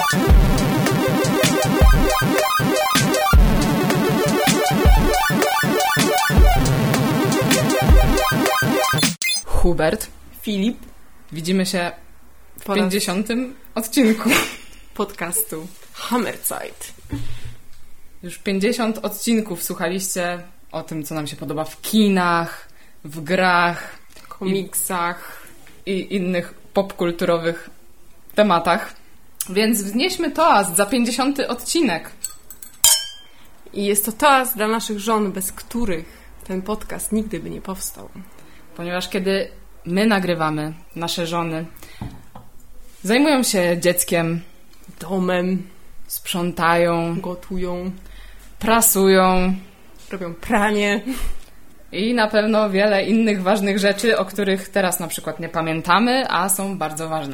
Hubert, Filip, widzimy się w 50. odcinku podcastu Hammerzeit. Już 50 odcinków słuchaliście o tym, co nam się podoba w kinach, w grach, komiksach i innych popkulturowych tematach. Więc wznieśmy toast za 50. odcinek. I jest to toast dla naszych żon, bez których ten podcast nigdy by nie powstał. Ponieważ kiedy my nagrywamy, nasze żony zajmują się dzieckiem, domem, sprzątają, gotują, prasują, robią pranie i na pewno wiele innych ważnych rzeczy, o których teraz na przykład nie pamiętamy, a są bardzo ważne.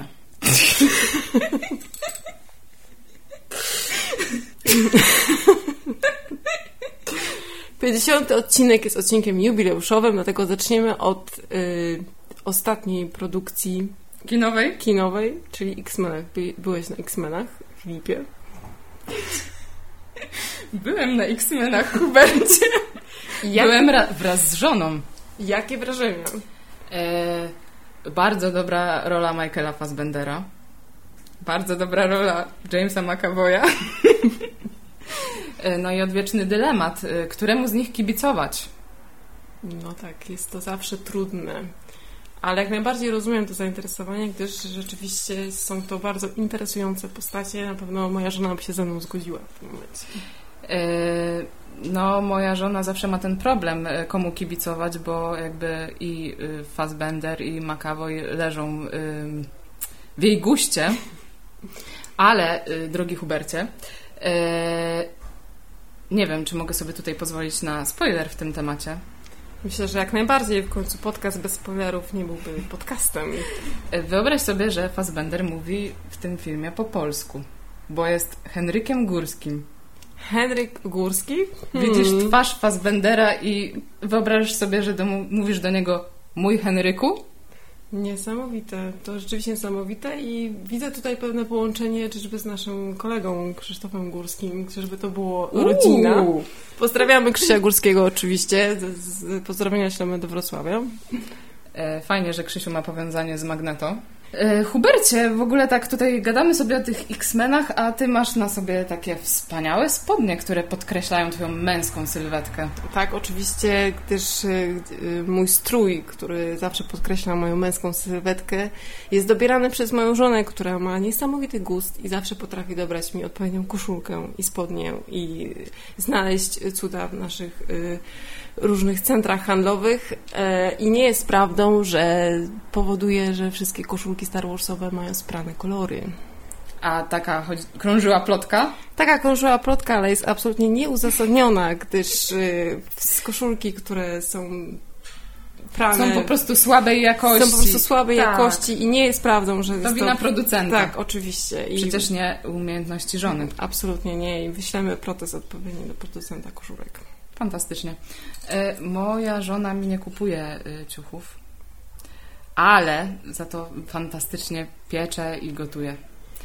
Pięćdziesiąty odcinek jest odcinkiem jubileuszowym, dlatego zaczniemy od ostatniej produkcji kinowej, czyli X-Menach. Byłeś na X-Menach, Filipie? Byłem na X-Menach, Hubercie. Byłem wraz z żoną. Jakie wrażenia? Bardzo dobra rola Michaela Fassbendera. Bardzo dobra rola Jamesa McAvoya. No i odwieczny dylemat, któremu z nich kibicować? No tak, jest to zawsze trudne. Ale jak najbardziej rozumiem to zainteresowanie, gdyż rzeczywiście są to bardzo interesujące postacie. Na pewno moja żona by się ze mną zgodziła w tym momencie. No, moja żona zawsze ma ten problem, komu kibicować, bo jakby i Fassbender, i McAvoy leżą w jej guście. Ale, drogi Hubercie, nie wiem, czy mogę sobie tutaj pozwolić na spoiler w tym temacie. Myślę, że jak najbardziej. W końcu podcast bez spoilerów nie byłby podcastem. Wyobraź sobie, że Fassbender mówi w tym filmie po polsku, bo jest Henrykiem Górskim. Henryk Górski? Widzisz twarz Fassbendera i wyobrażasz sobie, że mówisz do niego mój Henryku? Niesamowite. To rzeczywiście niesamowite i widzę tutaj pewne połączenie czyżby z naszym kolegą Krzysztofem Górskim, czyżby to było rodzina. Pozdrawiamy Krzysia Górskiego oczywiście. Pozdrowienia ślemy do Wrocławia. Fajnie, że Krzysiu ma powiązanie z Magneto. Hubercie, w ogóle tak tutaj gadamy sobie o tych X-Menach, a ty masz na sobie takie wspaniałe spodnie, które podkreślają twoją męską sylwetkę. Tak, oczywiście, gdyż mój strój, który zawsze podkreśla moją męską sylwetkę, jest dobierany przez moją żonę, która ma niesamowity gust i zawsze potrafi dobrać mi odpowiednią koszulkę i spodnię i znaleźć cuda w naszych różnych centrach handlowych i nie jest prawdą, że powoduje, że wszystkie koszulki Star Warsowe mają sprane kolory. A taka krążyła plotka? Taka krążyła plotka, ale jest absolutnie nieuzasadniona, gdyż z koszulki, które są prane... Są po prostu słabej jakości. Jakości i nie jest prawdą, że... To wina producenta. Tak, oczywiście. Przecież nie umiejętności żony. Absolutnie nie i wyślemy protest odpowiedni do producenta koszulek. Fantastycznie. Moja żona mi nie kupuje ciuchów, ale za to fantastycznie piecze i gotuje.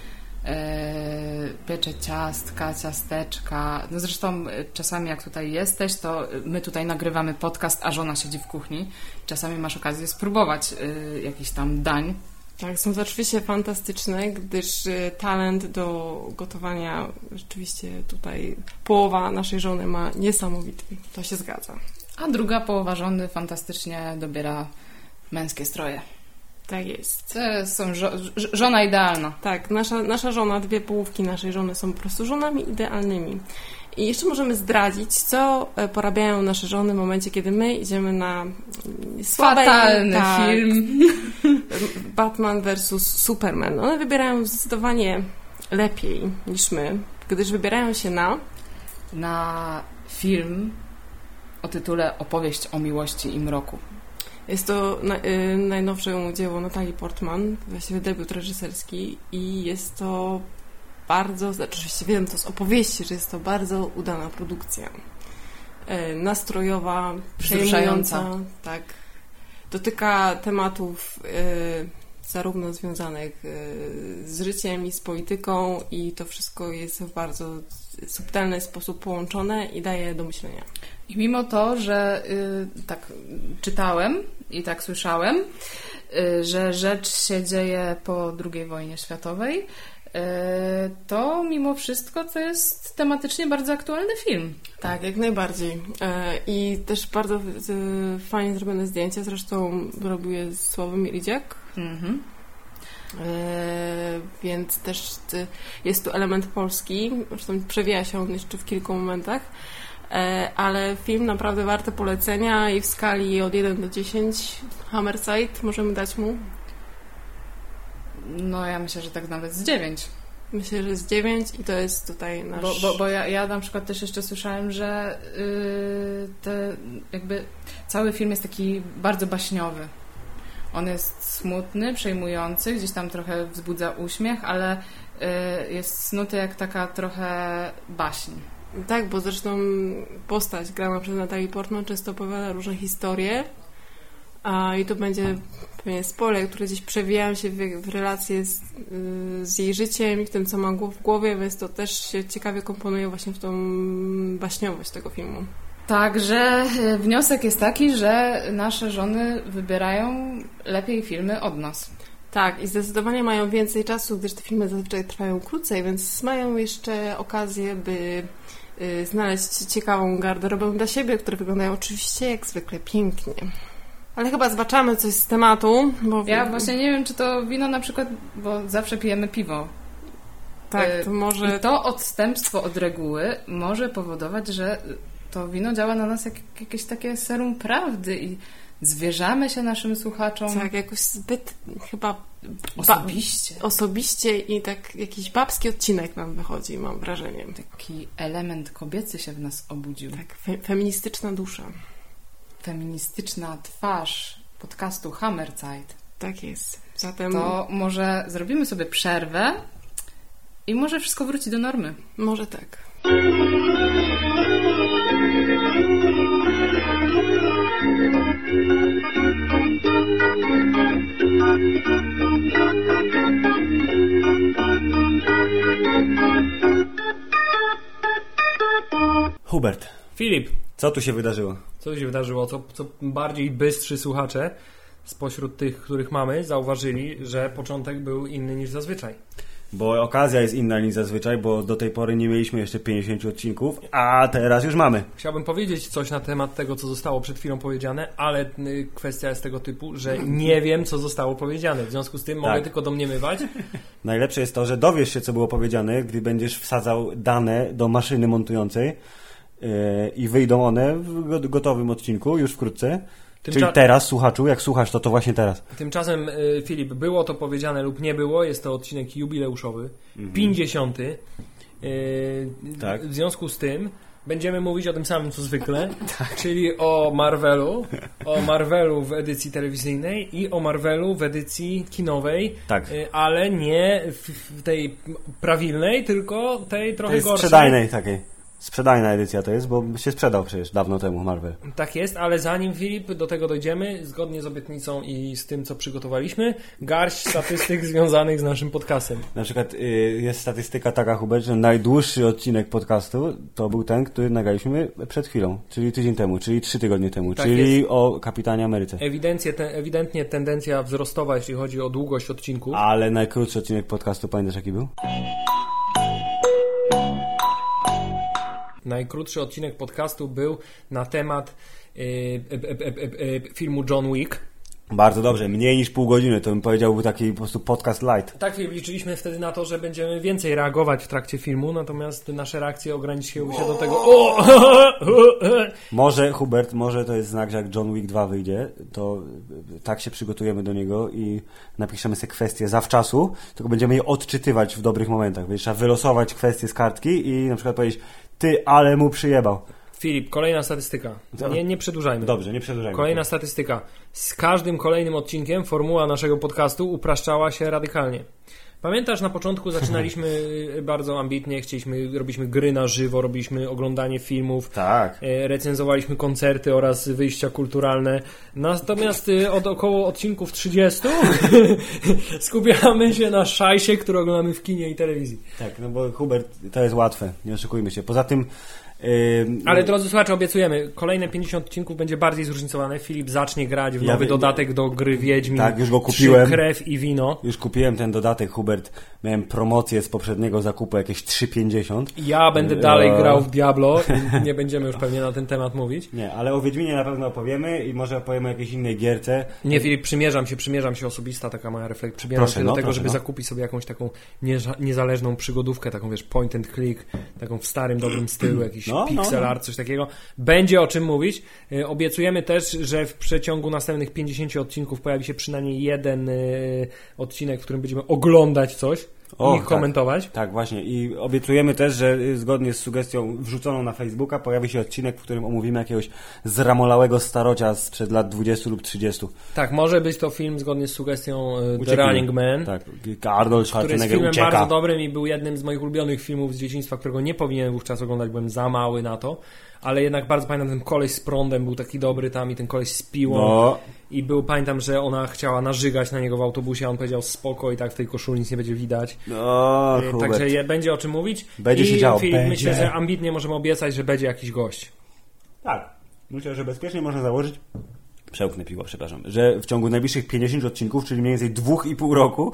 Piecze ciastka, ciasteczka. No zresztą czasami jak tutaj jesteś, to my tutaj nagrywamy podcast, a żona siedzi w kuchni. Czasami masz okazję spróbować jakichś tam dań. Tak, są to oczywiście fantastyczne, gdyż talent do gotowania rzeczywiście tutaj połowa naszej żony ma niesamowity. To się zgadza. A druga połowa żony fantastycznie dobiera męskie stroje. Tak jest. To są żona idealna. Tak, nasza żona, dwie połówki naszej żony są po prostu żonami idealnymi. I jeszcze możemy zdradzić, co porabiają nasze żony w momencie, kiedy my idziemy na fatalny film Batman vs. Superman. One wybierają zdecydowanie lepiej niż my, gdyż wybierają się na film o tytule Opowieść o miłości i mroku. Jest to najnowsze dzieło Natalii Portman, właściwie debiut reżyserski i jest to bardzo, oczywiście wiem to z opowieści, że jest to bardzo udana produkcja. Nastrojowa, przejmująca, tak. Dotyka tematów zarówno związanych z życiem i z polityką i to wszystko jest w bardzo subtelny sposób połączone i daje do myślenia. I mimo to, że tak czytałem i tak słyszałem, że rzecz się dzieje po II wojnie światowej, to mimo wszystko to jest tematycznie bardzo aktualny film. Tak, jak najbardziej. I też bardzo fajnie zrobione zdjęcia, zresztą robił je Sławomir Idziak. Mhm. Więc też jest tu element polski, zresztą przewija się on jeszcze w kilku momentach, ale film naprawdę warty polecenia i w skali od 1 do 10 Hammerzeit możemy dać mu? No ja myślę, że tak nawet z 9. Myślę, że z 9 i to jest tutaj nasz... Bo ja na przykład też jeszcze słyszałem, że jakby cały film jest taki bardzo baśniowy. On jest smutny, przejmujący, gdzieś tam trochę wzbudza uśmiech, ale jest snuty jak taka trochę baśń. Tak, bo zresztą postać grana przez Natalie Portman często opowiada różne historie, i to będzie pewnie spoiler, które gdzieś przewijają się w relacje z jej życiem i w tym, co ma w głowie, więc to też się ciekawie komponuje właśnie w tą baśniowość tego filmu. Także wniosek jest taki, że nasze żony wybierają lepiej filmy od nas. Tak, i zdecydowanie mają więcej czasu, gdyż te filmy zazwyczaj trwają krócej, więc mają jeszcze okazję, by znaleźć ciekawą garderobę dla siebie, które wyglądają oczywiście jak zwykle pięknie. Ale chyba zbaczamy coś z tematu. Bo ja właśnie nie wiem, czy to wino na przykład, bo zawsze pijemy piwo. Tak, to może... I to odstępstwo od reguły może powodować, że to wino działa na nas jak jakieś takie serum prawdy i zwierzamy się naszym słuchaczom. Tak, jakoś zbyt chyba... Osobiście i tak jakiś babski odcinek nam wychodzi, mam wrażenie. Taki element kobiecy się w nas obudził. Tak, feministyczna dusza. Feministyczna twarz podcastu Hammerzeit. Tak jest. Zatem... To może zrobimy sobie przerwę i może wszystko wróci do normy. Może tak. Hubert. Filip. Co tu się wydarzyło? Co się wydarzyło? Co bardziej bystrzy słuchacze spośród tych, których mamy, zauważyli, że początek był inny niż zazwyczaj. Bo okazja jest inna niż zazwyczaj, bo do tej pory nie mieliśmy jeszcze 50 odcinków, a teraz już mamy. Chciałbym powiedzieć coś na temat tego, co zostało przed chwilą powiedziane, ale kwestia jest tego typu, że nie wiem, co zostało powiedziane. W związku z tym mogę tylko domniemywać. Najlepsze jest to, że dowiesz się, co było powiedziane, gdy będziesz wsadzał dane do maszyny montującej i wyjdą one w gotowym odcinku już wkrótce. Czyli teraz, słuchaczu, jak słuchasz, to właśnie teraz. Tymczasem, Filip, było to powiedziane lub nie było, jest to odcinek jubileuszowy, 50. Tak. W związku z tym będziemy mówić o tym samym, co zwykle, czyli o Marvelu w edycji telewizyjnej i o Marvelu w edycji kinowej, ale nie w tej prawilnej, tylko tej trochę gorszej. Sprzedajnej takiej. Sprzedajna edycja to jest, bo się sprzedał przecież dawno temu Marvel. Tak jest, ale zanim, Filip, do tego dojdziemy, zgodnie z obietnicą i z tym, co przygotowaliśmy, garść statystyk związanych z naszym podcastem. Na przykład jest statystyka taka, Hubert, że najdłuższy odcinek podcastu to był ten, który nagraliśmy przed chwilą, czyli tydzień temu, czyli 3 tygodnie temu, tak czyli jest. O Kapitanie Ameryce. Ewidentnie tendencja wzrostowa, jeśli chodzi o długość odcinków. Ale najkrótszy odcinek podcastu, pamiętasz jaki był? Najkrótszy odcinek podcastu był na temat filmu John Wick. Bardzo dobrze, mniej niż pół godziny, to bym powiedział, był taki po prostu podcast light. Tak, liczyliśmy wtedy na to, że będziemy więcej reagować w trakcie filmu, natomiast nasze reakcje ograniczyły się do tego. Może, Hubert, może to jest znak, że jak John Wick 2 wyjdzie, to tak się przygotujemy do niego i napiszemy sobie kwestie zawczasu, tylko będziemy je odczytywać w dobrych momentach. Będzie trzeba wylosować kwestie z kartki i na przykład powiedzieć: ty, ale mu przyjebał. Filip, kolejna statystyka. Nie przedłużajmy. Dobrze, nie przedłużajmy. Kolejna statystyka. Z każdym kolejnym odcinkiem formuła naszego podcastu upraszczała się radykalnie. Pamiętasz, na początku zaczynaliśmy bardzo ambitnie, robiliśmy gry na żywo, robiliśmy oglądanie filmów, tak. Recenzowaliśmy koncerty oraz wyjścia kulturalne. Natomiast od około odcinków 30 skupiamy się na szajsie, który oglądamy w kinie i telewizji. Tak, no bo Hubert, to jest łatwe, nie oszukujmy się. Poza tym ale drodzy słuchacze, obiecujemy, kolejne 50 odcinków będzie bardziej zróżnicowane. Filip zacznie grać w nowy dodatek do gry Wiedźmin. Tak, już go kupiłem. 3 krew i wino. Już kupiłem ten dodatek, Hubert. Miałem promocję z poprzedniego zakupu, jakieś 3,50. Ja będę dalej grał w Diablo i nie będziemy już pewnie na ten temat mówić. Nie, ale o Wiedźminie na pewno opowiemy i może opowiemy o jakiejś innej gierce. Nie, Filip, przymierzam się osobista, taka moja refleksja. Przymierzam się do tego, żeby zakupić sobie jakąś taką niezależną przygodówkę, taką wiesz, point and click, taką w starym, dobrym stylu, jakiś pixel art, coś takiego. Będzie o czym mówić. Obiecujemy też, że w przeciągu następnych 50 odcinków pojawi się przynajmniej jeden odcinek, w którym będziemy oglądać coś i komentować. Tak, właśnie. I obiecujemy też, że zgodnie z sugestią wrzuconą na Facebooka pojawi się odcinek, w którym omówimy jakiegoś zramolałego starocia sprzed lat 20 lub 30. Tak, może być to film zgodnie z sugestią The Running Man. Tak, Arnold Schwarzenegger który jest filmem ucieka. bardzo dobrym i był jednym z moich ulubionych filmów z dzieciństwa, którego nie powinienem wówczas oglądać, byłem za mały na to. Ale jednak bardzo pamiętam, ten koleś z prądem był taki dobry tam i ten koleś z piłą. No. I pamiętam, że ona chciała narzygać na niego w autobusie, a on powiedział spoko i tak w tej koszuli nic nie będzie widać. No, także będzie o czym mówić. Będzie się działo. Filip, myślę, że ambitnie możemy obiecać, że będzie jakiś gość. Tak. Myślę, że bezpiecznie można założyć, przełknę piwo, przepraszam, że w ciągu najbliższych 50 odcinków, czyli mniej więcej 2,5 roku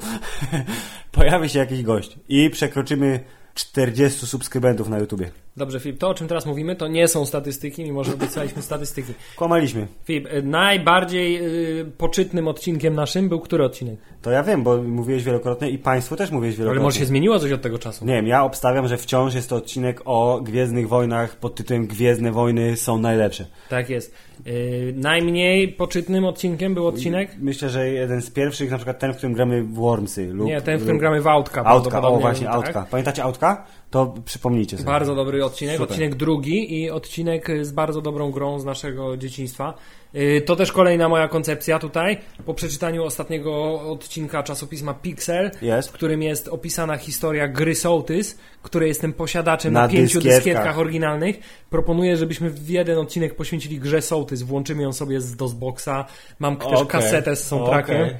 pojawi się jakiś gość i przekroczymy 40 subskrybentów na YouTubie. Dobrze, Filip, to o czym teraz mówimy, to nie są statystyki, mimo że obiecaliśmy statystyki. Kłamaliśmy. Filip, najbardziej poczytnym odcinkiem naszym był który odcinek? To ja wiem, bo mówiłeś wielokrotnie i Państwu też mówiłeś wielokrotnie. Ale może się zmieniło coś od tego czasu? Nie wiem, ja obstawiam, że wciąż jest to odcinek o Gwiezdnych Wojnach pod tytułem Gwiezdne Wojny są najlepsze. Tak jest. Najmniej poczytnym odcinkiem był odcinek? Myślę, że jeden z pierwszych, na przykład ten, w którym gramy w Wormsy. Nie, ten, w którym gramy w Outka. Outka, o właśnie, Outka. Tak? Pamiętacie Outka? To przypomnijcie sobie. Bardzo dobry odcinek, Super. Odcinek drugi i odcinek z bardzo dobrą grą z naszego dzieciństwa. To też kolejna moja koncepcja tutaj. Po przeczytaniu ostatniego odcinka czasopisma Pixel, w którym jest opisana historia gry Sołtys, której jestem posiadaczem na 5 dyskietkach oryginalnych, proponuję, żebyśmy w jeden odcinek poświęcili grze Sołtys. Włączymy ją sobie z DOSBoxa. Mam też kasetę z soundtrackiem.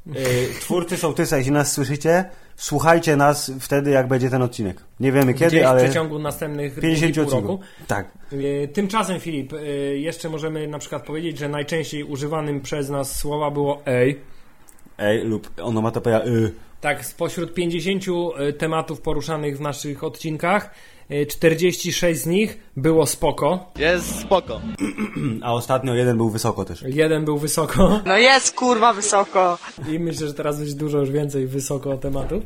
Twórcy Sołtysa, jeśli nas słyszycie, słuchajcie nas wtedy, jak będzie ten odcinek. Nie wiemy kiedy, gdzieś ale w przeciągu następnych 50 roku. Tak. Tymczasem, Filip, jeszcze możemy na przykład powiedzieć, że najczęściej używanym przez nas słowa było ej. Ej lub onomatopeja Tak, spośród 50 tematów poruszanych w naszych odcinkach 46 z nich było spoko. Jest spoko. A ostatnio jeden był wysoko też. Jeden był wysoko. No jest kurwa wysoko. I myślę, że teraz będzie dużo już więcej wysoko tematów.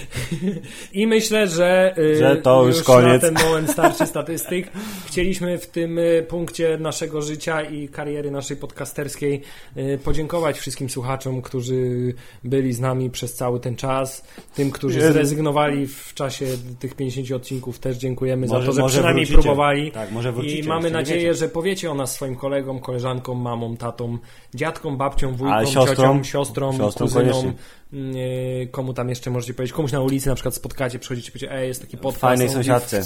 I myślę, że to już koniec. Na ten moment starszy statystyk. Chcieliśmy w tym punkcie naszego życia i kariery naszej podcasterskiej podziękować wszystkim słuchaczom, którzy byli z nami przez cały ten czas. Tym, którzy zrezygnowali w czasie tych 50 odcinków, też dziękujemy za to, że przynajmniej próbowali. Tak, może wrócicie, i mamy nadzieję, że powiecie o nas swoim kolegom, koleżankom, mamom, tatą, dziadkom, babciom, wujkom, ciociom, siostrą, kuzynom, komu tam jeszcze możecie powiedzieć, komuś na ulicy na przykład spotkacie, przychodzicie i powiecie, jest taki podcast. Fajnej sąsiadce.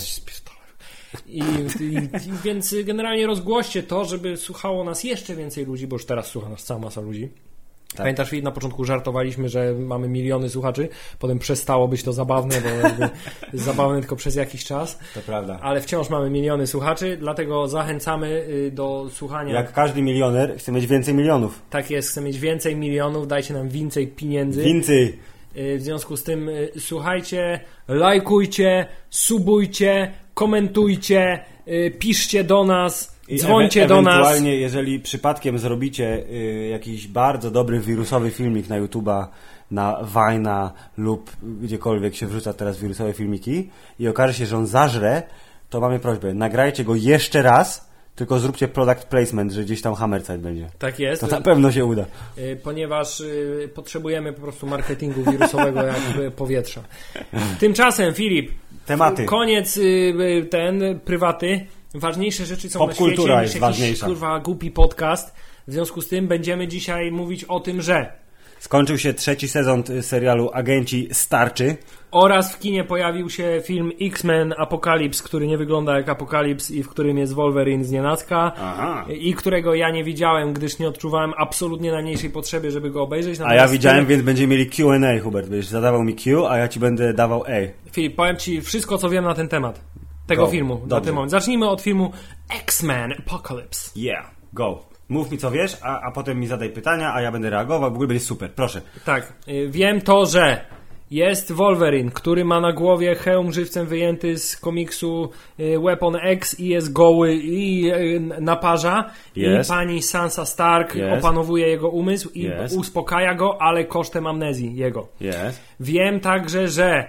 Więc generalnie rozgłoście to, żeby słuchało nas jeszcze więcej ludzi, bo już teraz słucha nas cała masa ludzi. Tak. Pamiętasz, na początku żartowaliśmy, że mamy miliony słuchaczy, potem przestało być to zabawne, bo jest zabawne tylko przez jakiś czas. To prawda. Ale wciąż mamy miliony słuchaczy, dlatego zachęcamy do słuchania. Jak każdy milioner chce mieć więcej milionów. Tak jest, chce mieć więcej milionów, dajcie nam więcej pieniędzy. Więcej. W związku z tym słuchajcie, lajkujcie, subujcie, komentujcie, piszcie do nas. Dzwońcie do nas. Ewentualnie, jeżeli przypadkiem zrobicie jakiś bardzo dobry wirusowy filmik na YouTube'a, na Vine'a lub gdziekolwiek się wrzuca teraz wirusowe filmiki i okaże się, że on zażre, to mamy prośbę, nagrajcie go jeszcze raz, tylko zróbcie product placement, że gdzieś tam Hammerzeit będzie. Tak jest. To na pewno się uda. Ponieważ potrzebujemy po prostu marketingu wirusowego jak powietrza. Tymczasem, Filip, tematy. Koniec prywaty. Ważniejsze rzeczy są na świecie niż jakiś kurwa głupi podcast. W związku z tym będziemy dzisiaj mówić o tym, że Skończył się 3. sezon serialu Agenci Starczy. Oraz w kinie pojawił się film X-Men Apokalips, który nie wygląda jak Apokalips i w którym jest Wolverine z nienacka. Aha. I którego ja nie widziałem, gdyż nie odczuwałem absolutnie najmniejszej potrzeby, żeby go obejrzeć. Natomiast a ja widziałem, więc będziemy mieli Q&A, Hubert. Będziesz zadawał mi Q, a ja ci będę dawał A. Filip, powiem ci wszystko, co wiem na ten temat. Tego filmu. Dobrze. Na ten moment. Zacznijmy od filmu X-Men Apocalypse. Yeah, go. Mów mi co wiesz, a potem mi zadaj pytania, a ja będę reagował. W ogóle będzie super, proszę. Tak, wiem to, że jest Wolverine, który ma na głowie hełm żywcem wyjęty z komiksu Weapon X i jest goły i naparza. Yes. I pani Sansa Stark opanowuje jego umysł i uspokaja go, ale kosztem amnezji jego. Yes. Wiem także,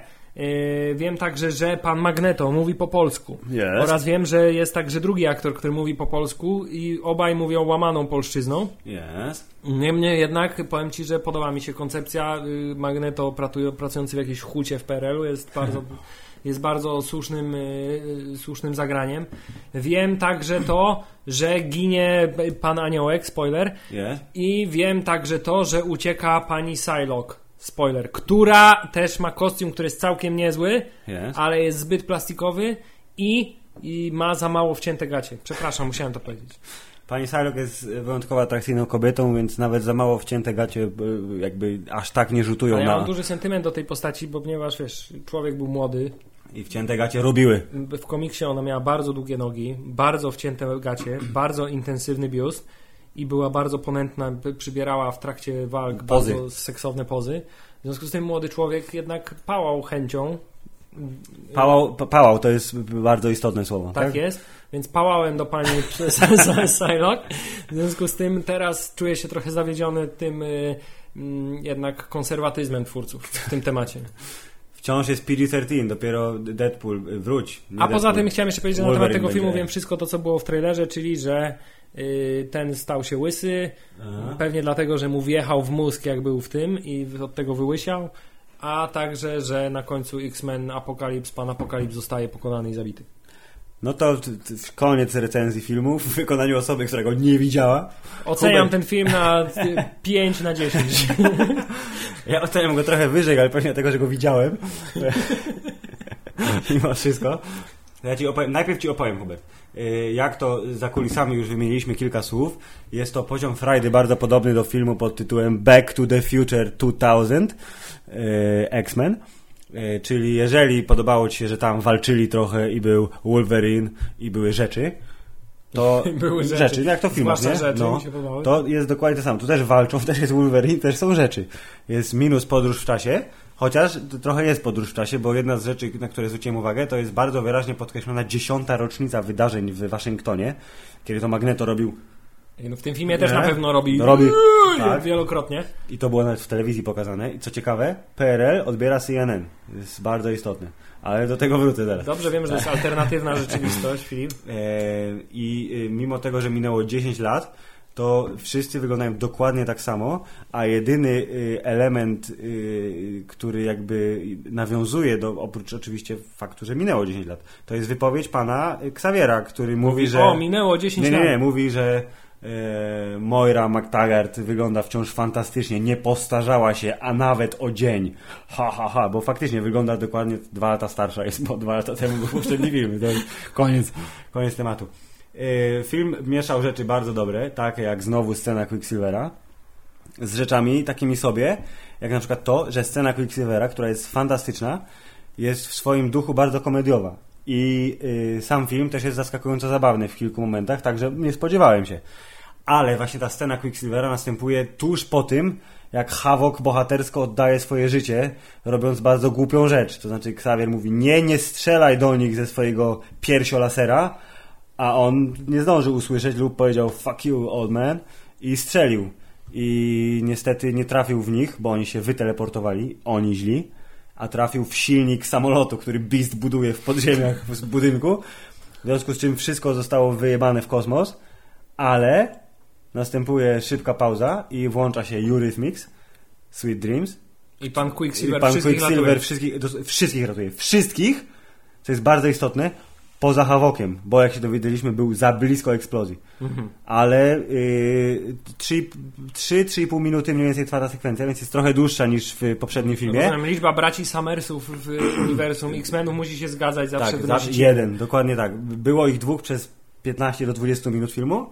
że pan Magneto mówi po polsku. Yes. Oraz wiem, że jest także drugi aktor, który mówi po polsku i obaj mówią łamaną polszczyzną. Yes. Niemniej jednak powiem ci, że podoba mi się koncepcja. Magneto pracujący w jakiejś hucie w PRL-u jest bardzo słusznym zagraniem. Wiem także to, że ginie pan Aniołek, spoiler. Yes. I wiem także to, że ucieka pani Psylocke. Spoiler, która też ma kostium, który jest całkiem niezły, ale jest zbyt plastikowy i ma za mało wcięte gacie. Przepraszam, musiałem to powiedzieć. Pani Psylocke jest wyjątkowo atrakcyjną kobietą, więc nawet za mało wcięte gacie jakby aż tak nie rzutują ja mam duży sentyment do tej postaci, bo ponieważ wiesz, człowiek był młody. I wcięte gacie robiły. W komiksie ona miała bardzo długie nogi, bardzo wcięte gacie, bardzo intensywny biust. I była bardzo ponętna, przybierała w trakcie walk bardzo seksowne pozy. W związku z tym młody człowiek jednak pałał chęcią. Pałał, to jest bardzo istotne słowo. Tak jest, więc pałałem do pani Psylocke. W związku z tym teraz czuję się trochę zawiedziony tym jednak konserwatyzmem twórców w tym temacie. Wciąż jest PG-13, dopiero Deadpool, wróć. A poza tym chciałem jeszcze powiedzieć, że na temat tego filmu wiem wszystko to, co było w trailerze, czyli że ten stał się łysy, pewnie dlatego, że mu wjechał w mózg, jak był w tym i od tego wyłysiał, a także, że na końcu X-Men Apokalips, pan Apokalips zostaje pokonany i zabity. No to koniec recenzji filmu w wykonaniu osoby, która go nie widziała. Oceniam ten film na 5 na 10. Ja oceniam go trochę wyżej, ale pewnie dlatego, że go widziałem. Mimo wszystko. Najpierw ci opowiem, Hubert. Jak to za kulisami już wymieniliśmy kilka słów. Jest to poziom frajdy bardzo podobny do filmu pod tytułem Back to the Future 2000 X-Men. Czyli jeżeli podobało ci się, że tam walczyli trochę i był Wolverine i były rzeczy, to były rzeczy, jak to w filmach, nie? Rzeczy, no, to jest dokładnie to samo. Tu też walczą, też jest Wolverine, też są rzeczy. Jest minus podróż w czasie, chociaż trochę jest podróż w czasie, bo jedna z rzeczy, na które zwróciłem uwagę, to jest bardzo wyraźnie podkreślona 10. rocznica wydarzeń w Waszyngtonie, kiedy to Magneto robił. No w tym filmie też na pewno robi tak. Wielokrotnie. I to było nawet w telewizji pokazane. I co ciekawe, PRL odbiera CNN. Jest bardzo istotne. Ale do tego wrócę teraz. Dobrze wiem, że to jest alternatywna rzeczywistość, Filip. I mimo tego, że minęło 10 lat, to wszyscy wyglądają dokładnie tak samo, a jedyny element, który jakby nawiązuje oprócz oczywiście faktu, że minęło 10 lat, to jest wypowiedź pana Xaviera, który mówi, że... O, minęło 10 lat. Nie, mówi, że Moira McTaggart wygląda wciąż fantastycznie, nie postarzała się, a nawet o dzień. Bo faktycznie wygląda dokładnie 2 lata starsza jest, bo 2 lata temu był poprzedni film. To jest koniec tematu. Film mieszał rzeczy bardzo dobre, takie jak znowu scena Quicksilvera, z rzeczami takimi sobie, jak na przykład to, że scena Quicksilvera, która jest fantastyczna, jest w swoim duchu bardzo komediowa. I sam film też jest zaskakująco zabawny w kilku momentach, także nie spodziewałem się. Ale właśnie ta scena Quicksilvera następuje tuż po tym, jak Havok bohatersko oddaje swoje życie, robiąc bardzo głupią rzecz. To znaczy Xavier mówi, nie strzelaj do nich ze swojego piersiolasera, a on nie zdążył usłyszeć lub powiedział fuck you old man i strzelił. I niestety nie trafił w nich, bo oni się wyteleportowali, oni źli, a trafił w silnik samolotu, który Beast buduje w podziemiach w budynku, w związku z czym wszystko zostało wyjebane w kosmos, ale następuje szybka pauza i włącza się Eurythmics, Sweet Dreams. I pan Quicksilver wszystkich ratuje. Wszystkich ratuje. Wszystkich, co jest bardzo istotne, poza Havokiem, bo jak się dowiedzieliśmy, był za blisko eksplozji. Ale 3,5 minuty mniej więcej trwa ta sekwencja, więc jest trochę dłuższa niż w poprzednim filmie. Liczba braci Summersów w uniwersum X-Menów musi się zgadzać zawsze. Tak, zawsze jeden, dokładnie tak. Było ich 2 przez 15 do 20 minut filmu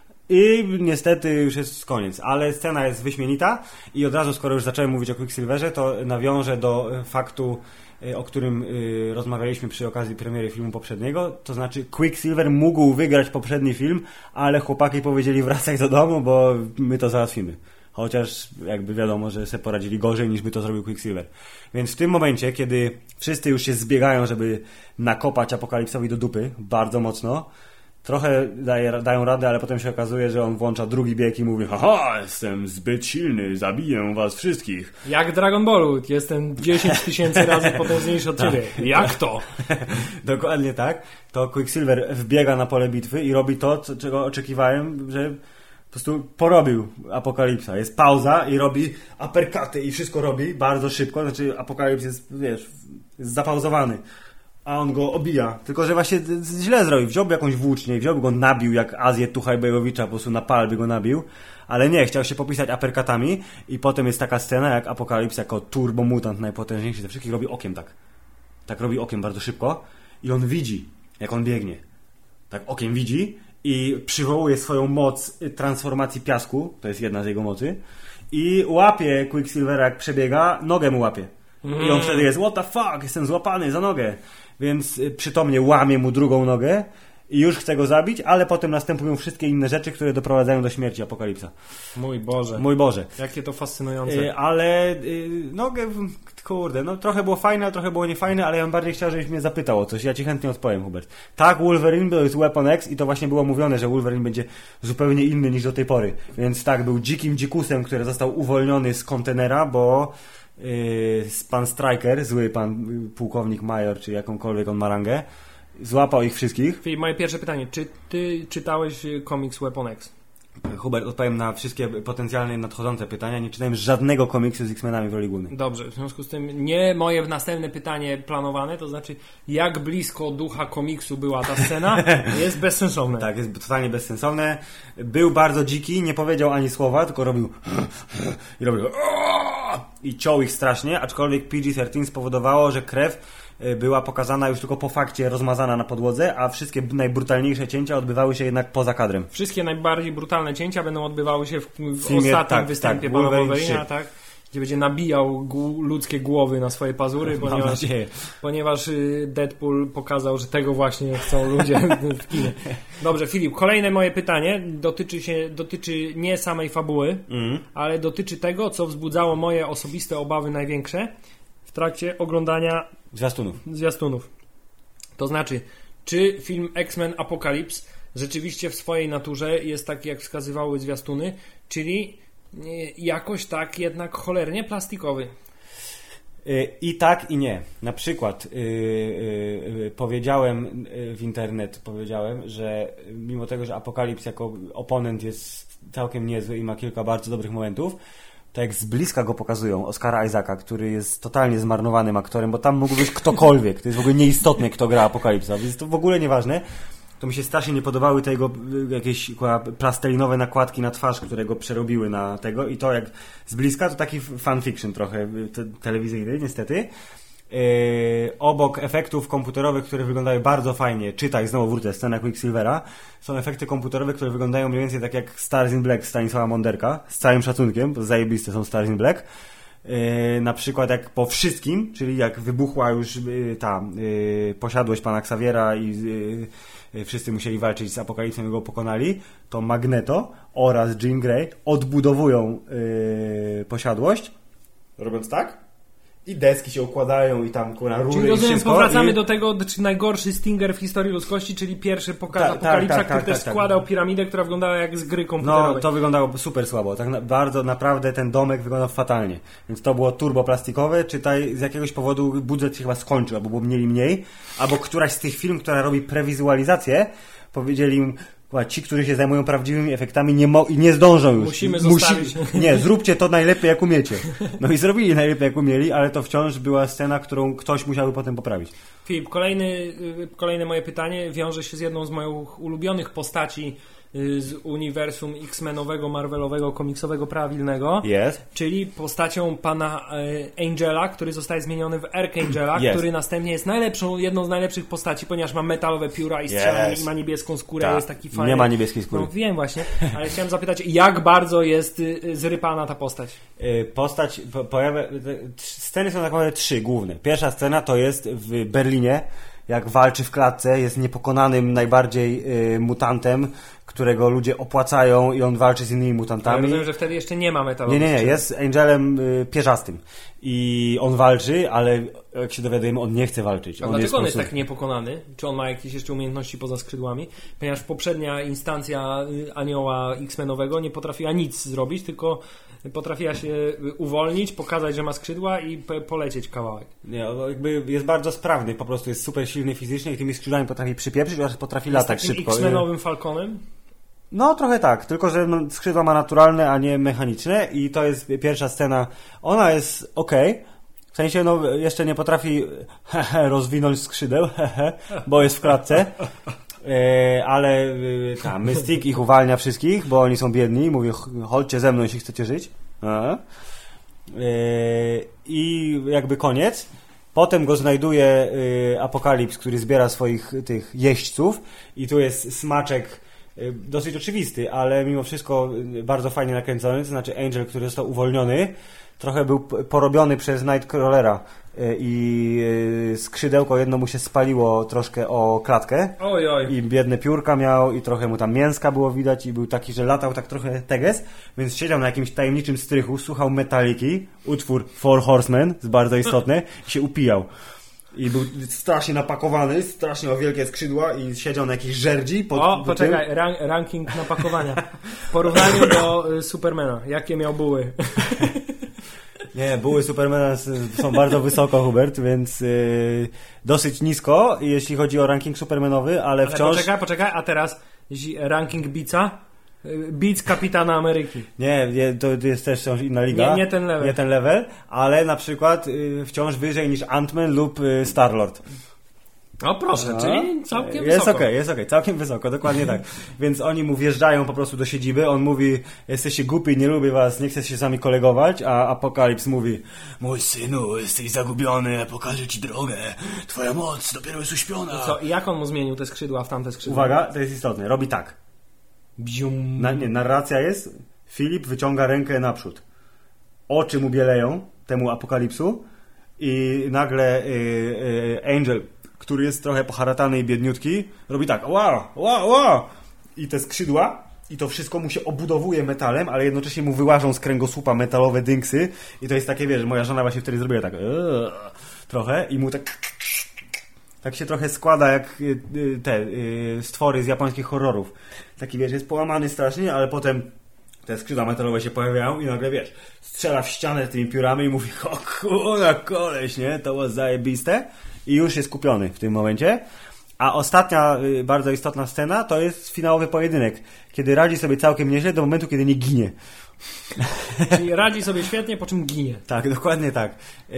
i niestety już jest koniec, ale scena jest wyśmienita i od razu, skoro już zacząłem mówić o Quicksilverze, to nawiążę do faktu, o którym rozmawialiśmy przy okazji premiery filmu poprzedniego, to znaczy Quicksilver mógł wygrać poprzedni film, ale chłopaki powiedzieli wracaj do domu, bo my to załatwimy. Chociaż jakby wiadomo, że sobie poradzili gorzej niż by to zrobił Quicksilver. Więc w tym momencie, kiedy wszyscy już się zbiegają, żeby nakopać Apokalipsowi do dupy bardzo mocno, trochę dają radę, ale potem się okazuje, że on włącza drugi bieg i mówi: haha, jestem zbyt silny, zabiję was wszystkich. Jak Dragon Ballu, jestem 10 000 razy potężniejszy od ciebie. Jak to? Dokładnie tak. To Quicksilver wbiega na pole bitwy i robi to, czego oczekiwałem, że po prostu porobił Apokalipsa. Jest pauza i robi uppercuty i wszystko robi bardzo szybko. Znaczy Apokalips jest, wiesz, jest zapauzowany. A on go obija. Tylko że właśnie źle zrobił. Wziąłby jakąś włócznię, wziąłby go, nabił jak Azję Tuchajbejowicza, po prostu na palby go nabił. Ale nie, chciał się popisać uppercutami i potem jest taka scena, jak Apokalips jako turbomutant najpotężniejszy ze wszystkich robi okiem tak. Tak robi okiem bardzo szybko i on widzi, jak on biegnie. Tak okiem widzi i przywołuje swoją moc transformacji piasku, to jest jedna z jego mocy, i łapie Quicksilvera, jak przebiega, nogę mu łapie. I on wtedy jest: what the fuck, jestem złapany za nogę. Więc przytomnie łamie mu drugą nogę i już chce go zabić, ale potem następują wszystkie inne rzeczy, które doprowadzają do śmierci Apokalipsa. Mój Boże. Mój Boże. Jakie to fascynujące. Ale nogę, kurde, no trochę było fajne, a trochę było niefajne, ale ja bym bardziej chciał, żebyś mnie zapytał o coś. Ja ci chętnie odpowiem, Hubert. Tak, Wolverine to jest Weapon X i to właśnie było mówione, że Wolverine będzie zupełnie inny niż do tej pory. Więc tak, był dzikim dzikusem, który został uwolniony z kontenera, bo pan Striker, zły pan pułkownik major, czy jakąkolwiek on ma rangę, złapał ich wszystkich. Filip, moje pierwsze pytanie. Czy ty czytałeś komiks Weapon X? Hubert, odpowiem na wszystkie potencjalnie nadchodzące pytania. Nie czytałem żadnego komiksu z X-Menami w roli głównej. Dobrze, w związku z tym nie moje następne pytanie planowane, to znaczy jak blisko ducha komiksu była ta scena, jest bezsensowne. Tak, jest totalnie bezsensowne. Był bardzo dziki, nie powiedział ani słowa, tylko robił i ciął ich strasznie, aczkolwiek PG-13 spowodowało, że krew była pokazana już tylko po fakcie, rozmazana na podłodze, a wszystkie najbrutalniejsze cięcia odbywały się jednak poza kadrem. Wszystkie najbardziej brutalne cięcia będą odbywały się w filmie, ostatnim występie pana Wolverina, tak? Gdzie będzie nabijał ludzkie głowy na swoje pazury, ponieważ Deadpool pokazał, że tego właśnie chcą ludzie w kinie. Dobrze, Filip, kolejne moje pytanie dotyczy nie samej fabuły, ale dotyczy tego, co wzbudzało moje osobiste obawy największe w trakcie oglądania zwiastunów. To znaczy, czy film X-Men Apocalypse rzeczywiście w swojej naturze jest taki, jak wskazywały zwiastuny, czyli jakoś tak jednak cholernie plastikowy. I tak, i nie. Na przykład powiedziałem w internet, że mimo tego, że Apokalips jako oponent jest całkiem niezły i ma kilka bardzo dobrych momentów, to jak z bliska go pokazują, Oscara Isaaca, który jest totalnie zmarnowanym aktorem, bo tam mógł być ktokolwiek. To jest w ogóle nieistotne, kto gra Apokalipsa, więc to w ogóle nieważne. To mi się strasznie nie podobały te jego jakieś plastelinowe nakładki na twarz, które go przerobiły na tego, i to jak z bliska to taki fanfiction trochę telewizyjny, niestety. Obok efektów komputerowych, które wyglądają bardzo fajnie, czytaj, znowu wrócę, scena Quicksilvera, są efekty komputerowe, które wyglądają mniej więcej tak jak Stars in Black Stanisława Monderka, z całym szacunkiem, bo zajebiste są Stars in Black. Na przykład jak po wszystkim, czyli jak wybuchła już ta posiadłość pana Xaviera i wszyscy musieli walczyć z Apokalipsem i go pokonali, to Magneto oraz Jean Grey odbudowują posiadłość, robiąc tak, i deski się układają i tam rury. Czyli rozumiem, i wszystko. powracamy do tego, czy najgorszy Stinger w historii ludzkości, czyli pierwszy Apokalipsa, który też składał piramidę, która wyglądała jak z gry komputerowej. No, to wyglądało super słabo. Tak bardzo naprawdę ten domek wyglądał fatalnie. Więc to było turboplastikowe. Czytaj, z jakiegoś powodu budżet się chyba skończył, albo mieli mniej, albo któraś z tych firm, która robi prewizualizację, powiedzieli im: ci, którzy się zajmują prawdziwymi efektami, nie zdążą już. Musimy zostawić. Nie, zróbcie to najlepiej jak umiecie. No i zrobili najlepiej jak umieli, ale to wciąż była scena, którą ktoś musiałby potem poprawić. Filip, kolejne moje pytanie wiąże się z jedną z moich ulubionych postaci z uniwersum X-Menowego, Marvelowego, komiksowego, prawilnego, czyli postacią pana Angela, który zostaje zmieniony w Archangela, który następnie jest jedną z najlepszych postaci, ponieważ ma metalowe pióra i strzela i ma niebieską skórę, jest taki fajny. Nie ma niebieskiej skóry. No wiem właśnie, ale chciałem zapytać, jak bardzo jest zrypana ta postać? Sceny są tak naprawdę 3 główne. Pierwsza scena to jest w Berlinie, jak walczy w klatce, jest niepokonanym najbardziej mutantem, którego ludzie opłacają i on walczy z innymi mutantami. Ja rozumiem, że wtedy jeszcze nie ma metalowych. Nie, jest Angelem pierzastym. I on walczy, ale jak się dowiadujemy, on nie chce walczyć. A dlaczego on jest tak niepokonany? Czy on ma jakieś jeszcze umiejętności poza skrzydłami? Ponieważ poprzednia instancja anioła X-Menowego nie potrafiła nic zrobić, tylko potrafiła się uwolnić, pokazać, że ma skrzydła i polecieć kawałek. Nie, jakby jest bardzo sprawny, po prostu jest super silny fizycznie i tymi skrzydłami potrafi przypieprzyć oraz potrafi latać szybko. Jest takim X-Menowym Falconem? No trochę tak, tylko że skrzydła ma naturalne, a nie mechaniczne i to jest pierwsza scena. Ona jest okej. W sensie, jeszcze nie potrafi rozwinąć skrzydeł, bo jest w klatce. Ale Mystique ich uwalnia wszystkich, bo oni są biedni. Mówi, chodźcie ze mną, jeśli chcecie żyć. I jakby koniec. Potem go znajduje Apokalips, który zbiera swoich tych jeźdźców i tu jest smaczek dosyć oczywisty, ale mimo wszystko bardzo fajnie nakręcony. To znaczy Angel, który został uwolniony, trochę był porobiony przez Nightcrawlera i skrzydełko jedno mu się spaliło troszkę o klatkę. I biedne piórka miał i trochę mu tam mięska było widać i był taki, że latał tak trochę teges, więc siedział na jakimś tajemniczym strychu, słuchał Metaliki, utwór Four Horsemen, jest bardzo istotny, i się upijał. I był strasznie napakowany, strasznie miał wielkie skrzydła i siedział na jakiejś żerdzi. Poczekaj, ranking napakowania. W porównaniu do Supermana, jakie miał buły? Nie, buły Supermana są bardzo wysoko, Hubert, więc dosyć nisko, jeśli chodzi o ranking supermanowy, ale wciąż... Poczekaj, a teraz ranking Beatsa? Beats Kapitana Ameryki. Nie, to jest też wciąż inna liga. Nie ten level. Nie ten level, ale na przykład wciąż wyżej niż Ant-Man lub Star-Lord. O proszę, czyli całkiem wysoko. Jest okej, całkiem wysoko, dokładnie tak. Więc oni mu wjeżdżają po prostu do siedziby, on mówi, jesteście głupi, nie lubię was, nie chcę się z wami kolegować, a Apokalips mówi, mój synu, jesteś zagubiony, pokażę ci drogę, twoja moc dopiero jest uśpiona. I jak on mu zmienił te skrzydła w tamte skrzydła? Uwaga, to jest istotne, robi tak. Narracja jest, Filip wyciąga rękę naprzód. Oczy mu bieleją, temu Apokalipsu i nagle Angel, który jest trochę poharatany i biedniutki, robi tak, wow, i te skrzydła, i to wszystko mu się obudowuje metalem, ale jednocześnie mu wyłażą z kręgosłupa metalowe dynksy i to jest takie, wiesz, moja żona właśnie wtedy zrobiła tak trochę i mu tak się trochę składa jak te stwory z japońskich horrorów. Taki, wiesz, jest połamany strasznie, ale potem te skrzydła metalowe się pojawiają i nagle, wiesz, strzela w ścianę tymi piórami i mówi, o kurwa, koleś, nie? To było zajebiste. I już jest kupiony w tym momencie. A ostatnia bardzo istotna scena to jest finałowy pojedynek, kiedy radzi sobie całkiem nieźle do momentu, kiedy nie ginie. Czyli radzi sobie świetnie, po czym ginie. Tak, dokładnie tak.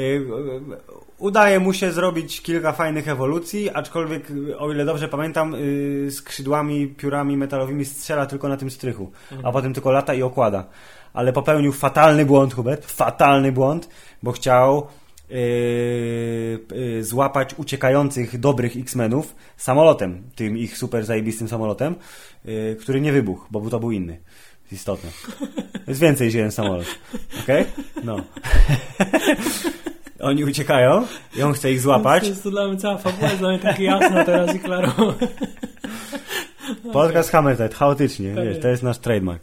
Udaje mu się zrobić kilka fajnych ewolucji, aczkolwiek, o ile dobrze pamiętam, skrzydłami, piórami metalowymi strzela tylko na tym strychu, a potem tylko lata i okłada. Ale popełnił fatalny błąd, Hubert, fatalny błąd, bo chciał złapać uciekających dobrych X-Menów samolotem, tym ich super zajebistym samolotem, który nie wybuchł, bo to był inny. Jest istotne. Jest więcej niż jeden samolot. Okej? No. Oni uciekają i on chce ich złapać. To dla mnie cała fabuła jest dla mnie tak jasna teraz i klarowna. Podcast Hammerhead, chaotycznie, wiesz, to jest nasz trademark.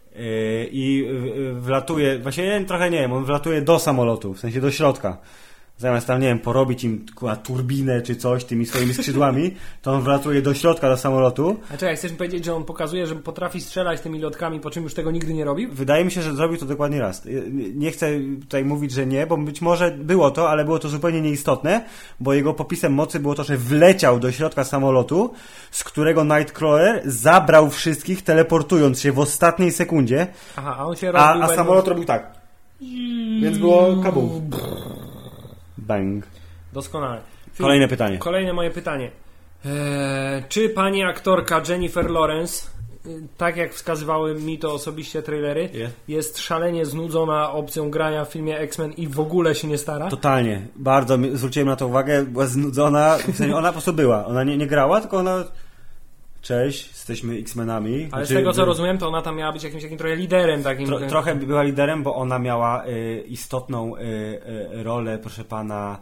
I wlatuje, właśnie trochę nie wiem, on wlatuje do samolotu, w sensie do środka. zamiast tam, nie wiem, porobić im turbinę czy coś tymi swoimi skrzydłami, to on wlatuje do środka do samolotu. A czekaj, chcesz mi powiedzieć, że on pokazuje, że potrafi strzelać tymi lotkami, po czym już tego nigdy nie robił? Wydaje mi się, że zrobił to dokładnie raz. Nie chcę tutaj mówić, że nie, bo być może było to, ale było to zupełnie nieistotne, bo jego popisem mocy było to, że wleciał do środka samolotu, z którego Nightcrawler zabrał wszystkich, teleportując się w ostatniej sekundzie. Aha, a on się rozbił. A samolot robił tak. Więc było kabum. Bang. Doskonale. Kolejne pytanie. Kolejne moje pytanie. Czy pani aktorka Jennifer Lawrence, tak jak wskazywały mi to osobiście trailery, jest szalenie znudzona opcją grania w filmie X-Men i w ogóle się nie stara? Totalnie. Bardzo zwróciłem na to uwagę. Była znudzona. W sensie ona po prostu była. Ona nie grała, tylko ona... Cześć, jesteśmy X-Menami. Ale z tego co rozumiem, to ona tam miała być jakimś takim trochę liderem. Trochę była liderem, bo ona miała istotną rolę, proszę pana,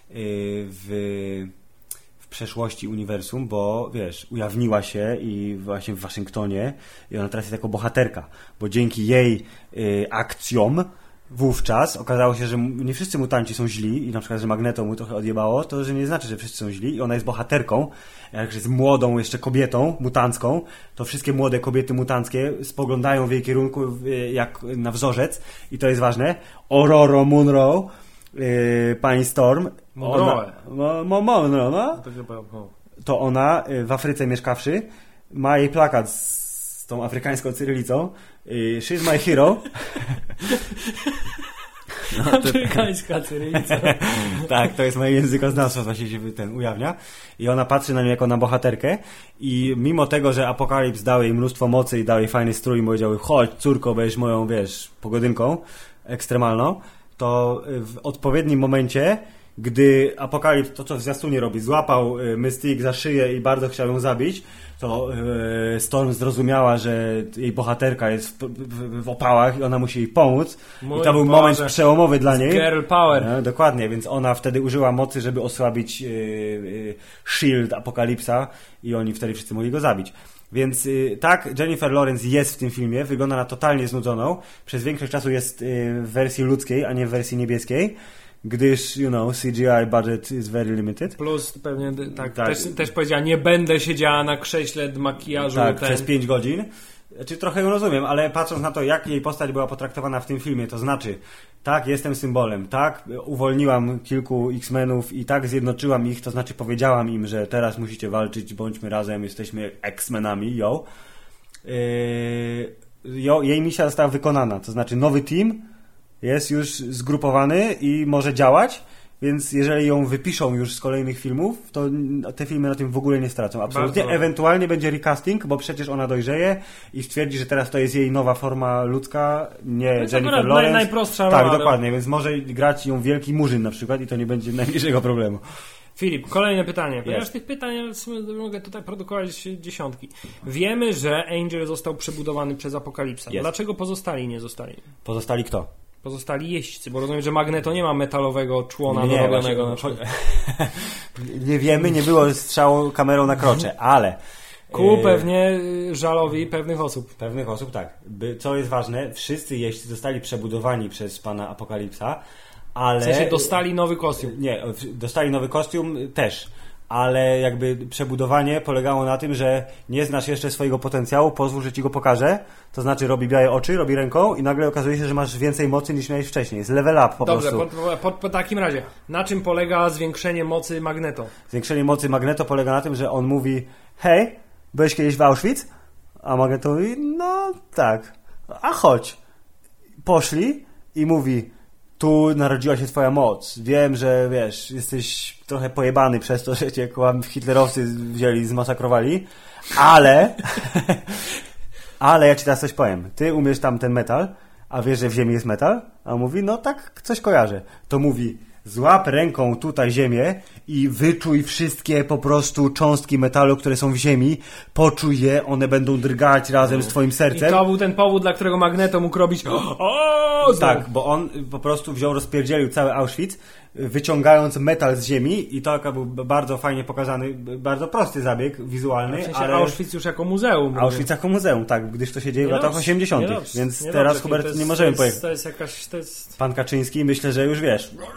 w przeszłości uniwersum, bo wiesz, ujawniła się i właśnie w Waszyngtonie i ona teraz jest jako bohaterka, bo dzięki jej akcjom wówczas okazało się, że nie wszyscy mutanci są źli i na przykład, że Magneto mu trochę odjebało, to że nie znaczy, że wszyscy są źli i ona jest bohaterką, jak jest młodą jeszcze kobietą mutancką, to wszystkie młode kobiety mutanckie spoglądają w jej kierunku jak na wzorzec i to jest ważne. Aurora Munro, pani Storm, to ona w Afryce mieszkawszy ma jej plakat z tą afrykańską cyrylicą. She's my hero. Afrykańska cyrylica. Tak, to jest moje językoznawstwo, właśnie się ten ujawnia. I ona patrzy na nią jako na bohaterkę i mimo tego, że Apokalips dał jej mnóstwo mocy i dał jej fajny strój i powiedział: chodź córko, będziesz moją, wiesz, pogodynką ekstremalną, to w odpowiednim momencie, gdy Apokalips, to co w zwiastunie robi, złapał Mystique za szyję i bardzo chciał ją zabić, to Storm zrozumiała, że jej bohaterka jest w opałach i ona musi jej pomóc. I to był moment przełomowy dla niej. Girl power. No, dokładnie, więc ona wtedy użyła mocy, żeby osłabić shield Apokalipsa i oni wtedy wszyscy mogli go zabić. Więc tak, Jennifer Lawrence jest w tym filmie, wygląda na totalnie znudzoną. Przez większość czasu jest w wersji ludzkiej, a nie w wersji niebieskiej. Gdyż, CGI budget is very limited. Plus pewnie, tak. Też powiedziała, nie będę siedziała na krześle makijażu. Tak, przez 5 godzin. Znaczy, trochę ją rozumiem, ale patrząc na to, jak jej postać była potraktowana w tym filmie, to znaczy, tak, jestem symbolem, tak, uwolniłam kilku X-Menów i tak zjednoczyłam ich, to znaczy powiedziałam im, że teraz musicie walczyć, bądźmy razem, jesteśmy X-Menami, jej misja została wykonana, to znaczy nowy team jest już zgrupowany i może działać, więc jeżeli ją wypiszą już z kolejnych filmów, to te filmy na tym w ogóle nie stracą. Absolutnie. Bardzo. Ewentualnie będzie recasting, bo przecież ona dojrzeje i stwierdzi, że teraz to jest jej nowa forma ludzka, nie Jennifer Lawrence. Najprostsza tak, rola, dokładnie, więc może grać ją Wielki Murzyn na przykład i to nie będzie najmniejszego problemu. Filip, kolejne pytanie. Ponieważ tych pytań mogę tutaj produkować dziesiątki. Wiemy, że Angel został przebudowany przez Apokalipsa. Dlaczego pozostali nie zostali? Pozostali kto? Pozostali jeźdźcy, bo rozumiem, że Magneto nie ma metalowego człona dorobionego na przykład. Nie wiemy, nie było strzału kamerą na krocze, ale... pewnie żalowi pewnych osób. Pewnych osób, tak. Co jest ważne, wszyscy jeźdźcy zostali przebudowani przez pana Apokalipsa, ale... W sensie dostali nowy kostium. Nie, dostali nowy kostium też. Ale jakby przebudowanie polegało na tym, że nie znasz jeszcze swojego potencjału, pozwól, że ci go pokażę. To znaczy robi białe oczy, robi ręką i nagle okazuje się, że masz więcej mocy niż miałeś wcześniej. Jest level up po prostu. Dobrze, po takim razie, na czym polega zwiększenie mocy Magneto? Zwiększenie mocy Magneto polega na tym, że on mówi: hej, byłeś kiedyś w Auschwitz? A Magneto mówi: no tak. A chodź. Poszli i mówi: tu narodziła się twoja moc. Wiem, że wiesz, jesteś trochę pojebany przez to, że cię hitlerowcy wzięli, zmasakrowali, ale ja ci teraz coś powiem. Ty umiesz tam ten metal, a wiesz, że w ziemi jest metal? A on mówi: no tak, coś kojarzę. To mówi: złap ręką tutaj ziemię i wyczuj wszystkie po prostu cząstki metalu, które są w ziemi, poczuj je, one będą drgać razem z twoim sercem. I to był ten powód, dla którego Magneto mógł robić tak, bo on po prostu rozpierdzielił cały Auschwitz, wyciągając metal z ziemi i to był bardzo fajnie pokazany, bardzo prosty zabieg wizualny. W sensie ale Auschwitz już jako muzeum. Auschwitz jako muzeum, tak, gdyż to się dzieje w latach 80. Więc teraz, Hubert, nie możemy pojechać. To jest jakaś... Pan Kaczyński, myślę, że już wiesz...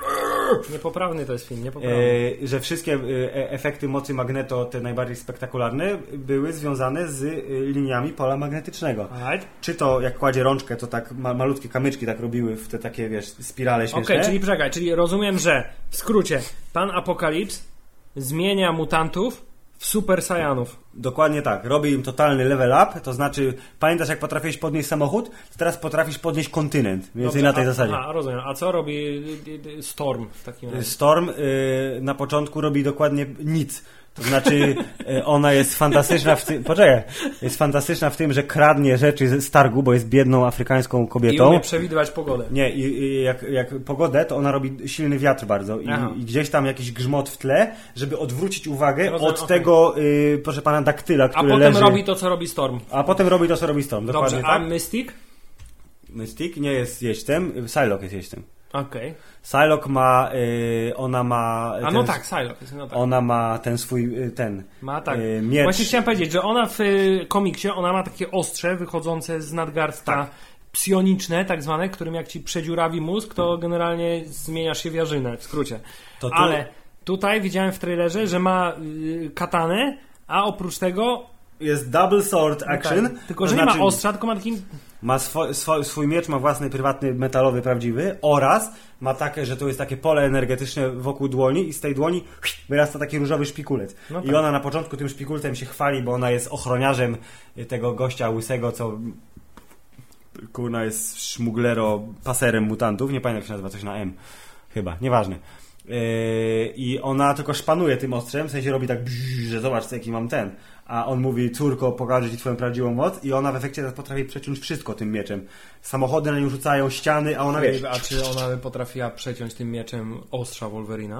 Niepoprawny to jest film, niepoprawny. Że wszystkie efekty mocy Magneto, te najbardziej spektakularne, były związane z liniami pola magnetycznego. Czy to jak kładzie rączkę, to tak malutkie kamyczki tak robiły w te takie, wiesz, spirale śmieszne. Okej, czyli czekaj, czyli rozumiem, że w skrócie pan Apokalips zmienia mutantów w Super Saiyanów. Dokładnie tak. Robi im totalny level up, to znaczy, pamiętasz jak potrafiłeś podnieść samochód? To teraz potrafisz podnieść kontynent. Mniej więcej na tej zasadzie. Aha, rozumiem. A co robi Storm w takim razie? Storm na początku robi dokładnie nic. To znaczy, ona jest fantastyczna w tym... Poczekaj. Jest fantastyczna w tym, że kradnie rzeczy z targu, bo jest biedną afrykańską kobietą. I umie przewidywać pogodę. Nie, i jak pogodę, to ona robi silny wiatr bardzo. I gdzieś tam jakiś grzmot w tle, żeby odwrócić uwagę od tego, proszę pana, daktyla, który leży... A potem robi to, co robi Storm. Dokładnie. Dobrze, tak. a Mystic? Mystic nie jest jeźdźcem, Psylocke jest jeźdźcem. Okej. Psylocke ma, ona ma... Psylocke jest, no tak. Ona ma ten swój, ma tak. Miecz. Właśnie chciałem powiedzieć, że ona w komiksie, ona ma takie ostrze wychodzące z nadgarstka psioniczne, tak zwane, którym jak ci przedziurawi mózg, to generalnie zmieniasz się w jarzynę, w skrócie. Ale tutaj widziałem w trailerze, że ma katanę, a oprócz tego... Jest double sword action. No tak. Tylko, że nie ma ostrza, tylko ma taki... Ma swój miecz, ma własny prywatny, metalowy, prawdziwy oraz ma takie, że to jest takie pole energetyczne wokół dłoni i z tej dłoni wyrasta taki różowy szpikulec. No tak. I ona na początku tym szpikulcem się chwali, bo ona jest ochroniarzem tego gościa łysego, co kurna jest szmuglero paserem mutantów. Nie pamiętam jak się nazywa, coś na M. Chyba, nieważne. I ona tylko szpanuje tym ostrzem, w sensie robi tak, że zobacz jaki mam ten. A on mówi, córko, pokażę ci twoją prawdziwą moc i ona w efekcie potrafi przeciąć wszystko tym mieczem. Samochody na nią rzucają, ściany, a ona wiesz... A czy ona by potrafiła przeciąć tym mieczem ostrza Wolverina?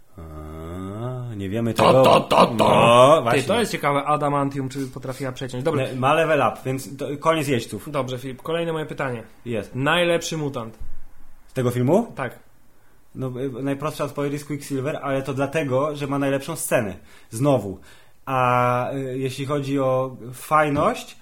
Nie wiemy tego. No, właśnie. To jest ciekawe, adamantium, czy potrafiła przeciąć. Dobra. Ma level up, więc koniec jeźdźców. Dobrze, Filip, kolejne moje pytanie. Jest. Najlepszy mutant. Z tego filmu? Tak. No, najprostsza odpowiedź jest Quicksilver, ale to dlatego, że ma najlepszą scenę. Znowu. A jeśli chodzi o fajność,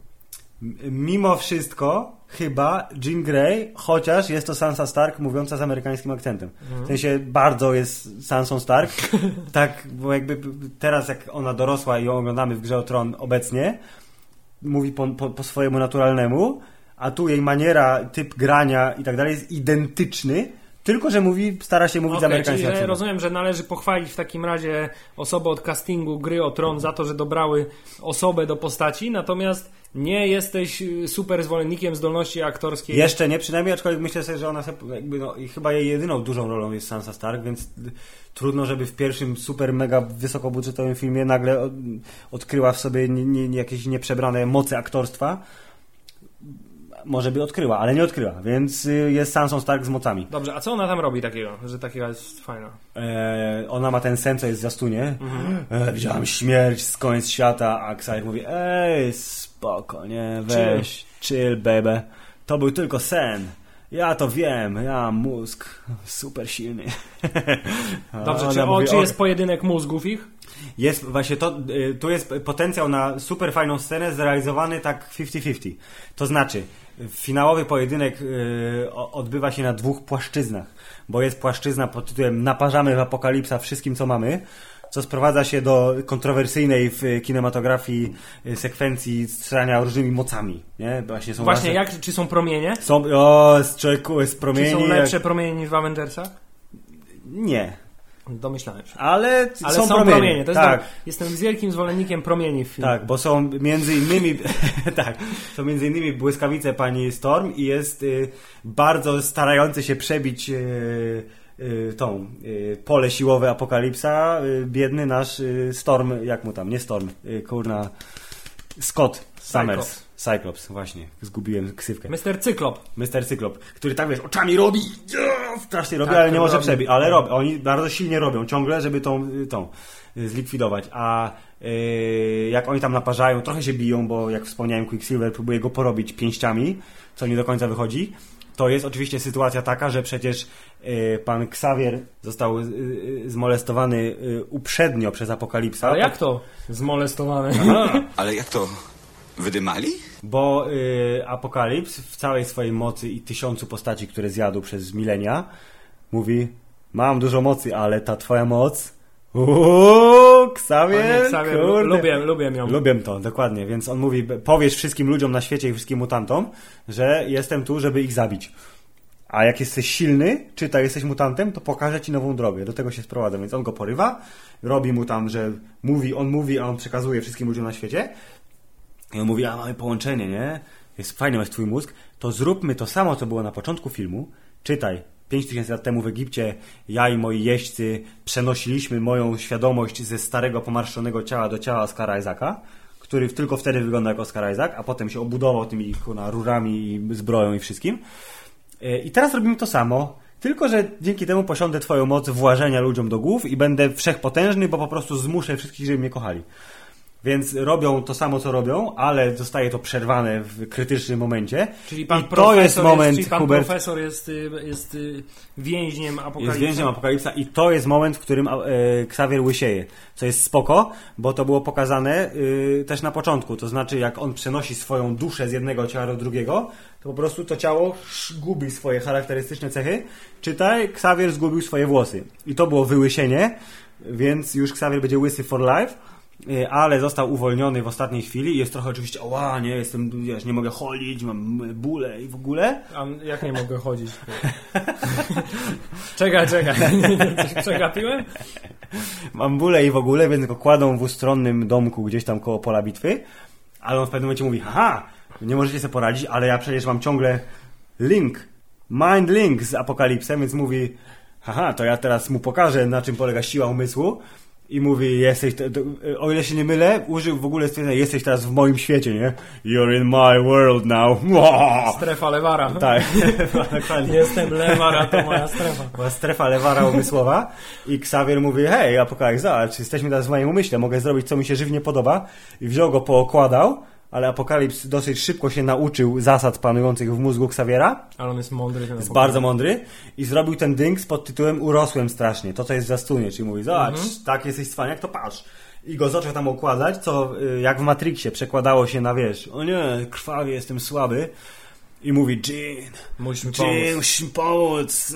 mimo wszystko chyba Jean Grey, chociaż jest to Sansa Stark mówiąca z amerykańskim akcentem. W sensie bardzo jest Sansą Stark. Tak, bo jakby teraz jak ona dorosła i ją oglądamy w Grze o Tron obecnie, mówi po swojemu naturalnemu, a tu jej maniera, typ grania i tak dalej jest identyczny. Tylko, że stara się mówić z amerykańskim akcentem. Rozumiem, że należy pochwalić w takim razie osoby od castingu Gry o Tron za to, że dobrały osobę do postaci, natomiast nie jesteś super zwolennikiem zdolności aktorskiej. Jeszcze nie, przynajmniej, aczkolwiek myślę sobie, że ona jakby, chyba jej jedyną dużą rolą jest Sansa Stark, więc trudno, żeby w pierwszym super mega wysokobudżetowym filmie nagle odkryła w sobie jakieś nieprzebrane moce aktorstwa. Może by odkryła, ale nie odkryła, więc jest Sansą Stark z mocami. Dobrze, a co ona tam robi takiego, że takiego jest fajna? Ona ma ten sen, co jest w zwiastunie. Widziałam śmierć z koniec świata, a Xavier mówi, spoko, nie, weź, chill baby. To był tylko sen. Ja to wiem, ja mam mózg super silny. Dobrze, czy jest pojedynek mózgów ich? Jest właśnie tu jest potencjał na super fajną scenę zrealizowany tak 50-50. To znaczy, finałowy pojedynek odbywa się na dwóch płaszczyznach, bo jest płaszczyzna pod tytułem Naparzamy w Apokalipsa wszystkim co mamy, co sprowadza się do kontrowersyjnej w kinematografii sekwencji strzelania różnymi mocami, nie? Właśnie czy są promienie? Jest promieni. Czy są lepsze promienie niż w Avengersach? Nie. Domyślałem się. Ale są promienie. To tak. Jestem wielkim zwolennikiem promieni w filmie. Tak, bo są między innymi są między innymi błyskawice pani Storm i jest bardzo starający się przebić pole siłowe Apokalipsa biedny nasz Storm, jak mu tam, nie Storm, Scott Summers. Cyclops, właśnie, zgubiłem ksywkę. Mr. Cyklop, który tak wiesz, oczami robi, strasznie robi, ale nie może przebić, ale robi. Oni bardzo silnie robią ciągle, żeby tą zlikwidować, a jak oni tam naparzają, trochę się biją, bo jak wspomniałem, Quicksilver próbuje go porobić pięściami, co nie do końca wychodzi. To jest oczywiście sytuacja taka, że przecież pan Xavier został zmolestowany uprzednio przez Apokalipsa. Ale jak to zmolestowany? Ale jak to? Wydymali? Bo Apokalips w całej swojej mocy i 1000 postaci, które zjadł przez milenia, mówi mam dużo mocy, ale ta twoja moc... Xavier, lubię ją. Lubię to, dokładnie. Więc on mówi, powiesz wszystkim ludziom na świecie i wszystkim mutantom, że jestem tu, żeby ich zabić. A jak jesteś silny, jesteś mutantem, to pokażę ci nową drogę. Do tego się sprowadza. Więc on go porywa, robi mu tam, że on mówi, a on przekazuje wszystkim ludziom na świecie. I on mówi, a mamy połączenie, nie? Jest fajny, jest twój mózg. To zróbmy to samo, co było na początku filmu. 5000 lat temu w Egipcie ja i moi jeźdźcy przenosiliśmy moją świadomość ze starego, pomarszczonego ciała do ciała Oscara Isaaca, który tylko wtedy wygląda jak Oscar Isaac, a potem się obudował tymi rurami i zbroją i wszystkim. I teraz robimy to samo, tylko że dzięki temu posiądę twoją moc włażenia ludziom do głów i będę wszechpotężny, bo po prostu zmuszę wszystkich, żeby mnie kochali. Więc robią to samo, co robią, ale zostaje to przerwane w krytycznym momencie. Czyli pan profesor jest więźniem Apokalipsa. Jest więźniem Apokalipsa i to jest moment, w którym Xavier łysieje. Co jest spoko, bo to było pokazane też na początku. To znaczy, jak on przenosi swoją duszę z jednego ciała do drugiego, to po prostu to ciało gubi swoje charakterystyczne cechy. Xavier zgubił swoje włosy. I to było wyłysienie, więc już Xavier będzie łysy for life. Ale został uwolniony w ostatniej chwili i jest trochę oczywiście, nie mogę chodzić, mam bóle i w ogóle. A jak nie mogę chodzić? Czekaj. Coś przegapiłem? Mam bóle i w ogóle, więc go kładą w ustronnym domku gdzieś tam koło pola bitwy, ale on w pewnym momencie mówi, nie możecie sobie poradzić, ale ja przecież mam ciągle mind link z Apokalipsem, więc mówi, to ja teraz mu pokażę, na czym polega siła umysłu. I mówi, o ile się nie mylę, użył w ogóle stwierdzenia, jesteś teraz w moim świecie, nie? You're in my world now. Strefa Lewara. Tak. Jestem Lewara, to moja strefa. Moja strefa Lewara umysłowa. I Xavier mówi, hej, Apokalips, zobacz, jesteśmy teraz w moim umyśle, mogę zrobić, co mi się żywnie podoba. I wziął go, pookładał, ale Apokalips dosyć szybko się nauczył zasad panujących w mózgu Xaviera. Ale on jest mądry. Jest bardzo mądry. I zrobił ten ding pod tytułem Urosłem strasznie. To jest zwiastunie. Czyli mówi, zobacz, tak jesteś cwaniak, to patrz. I go zaczął tam układać, co jak w Matrixie przekładało się na, o nie, krwawie, jestem słaby. I mówi, Jean, musisz mi pomóc.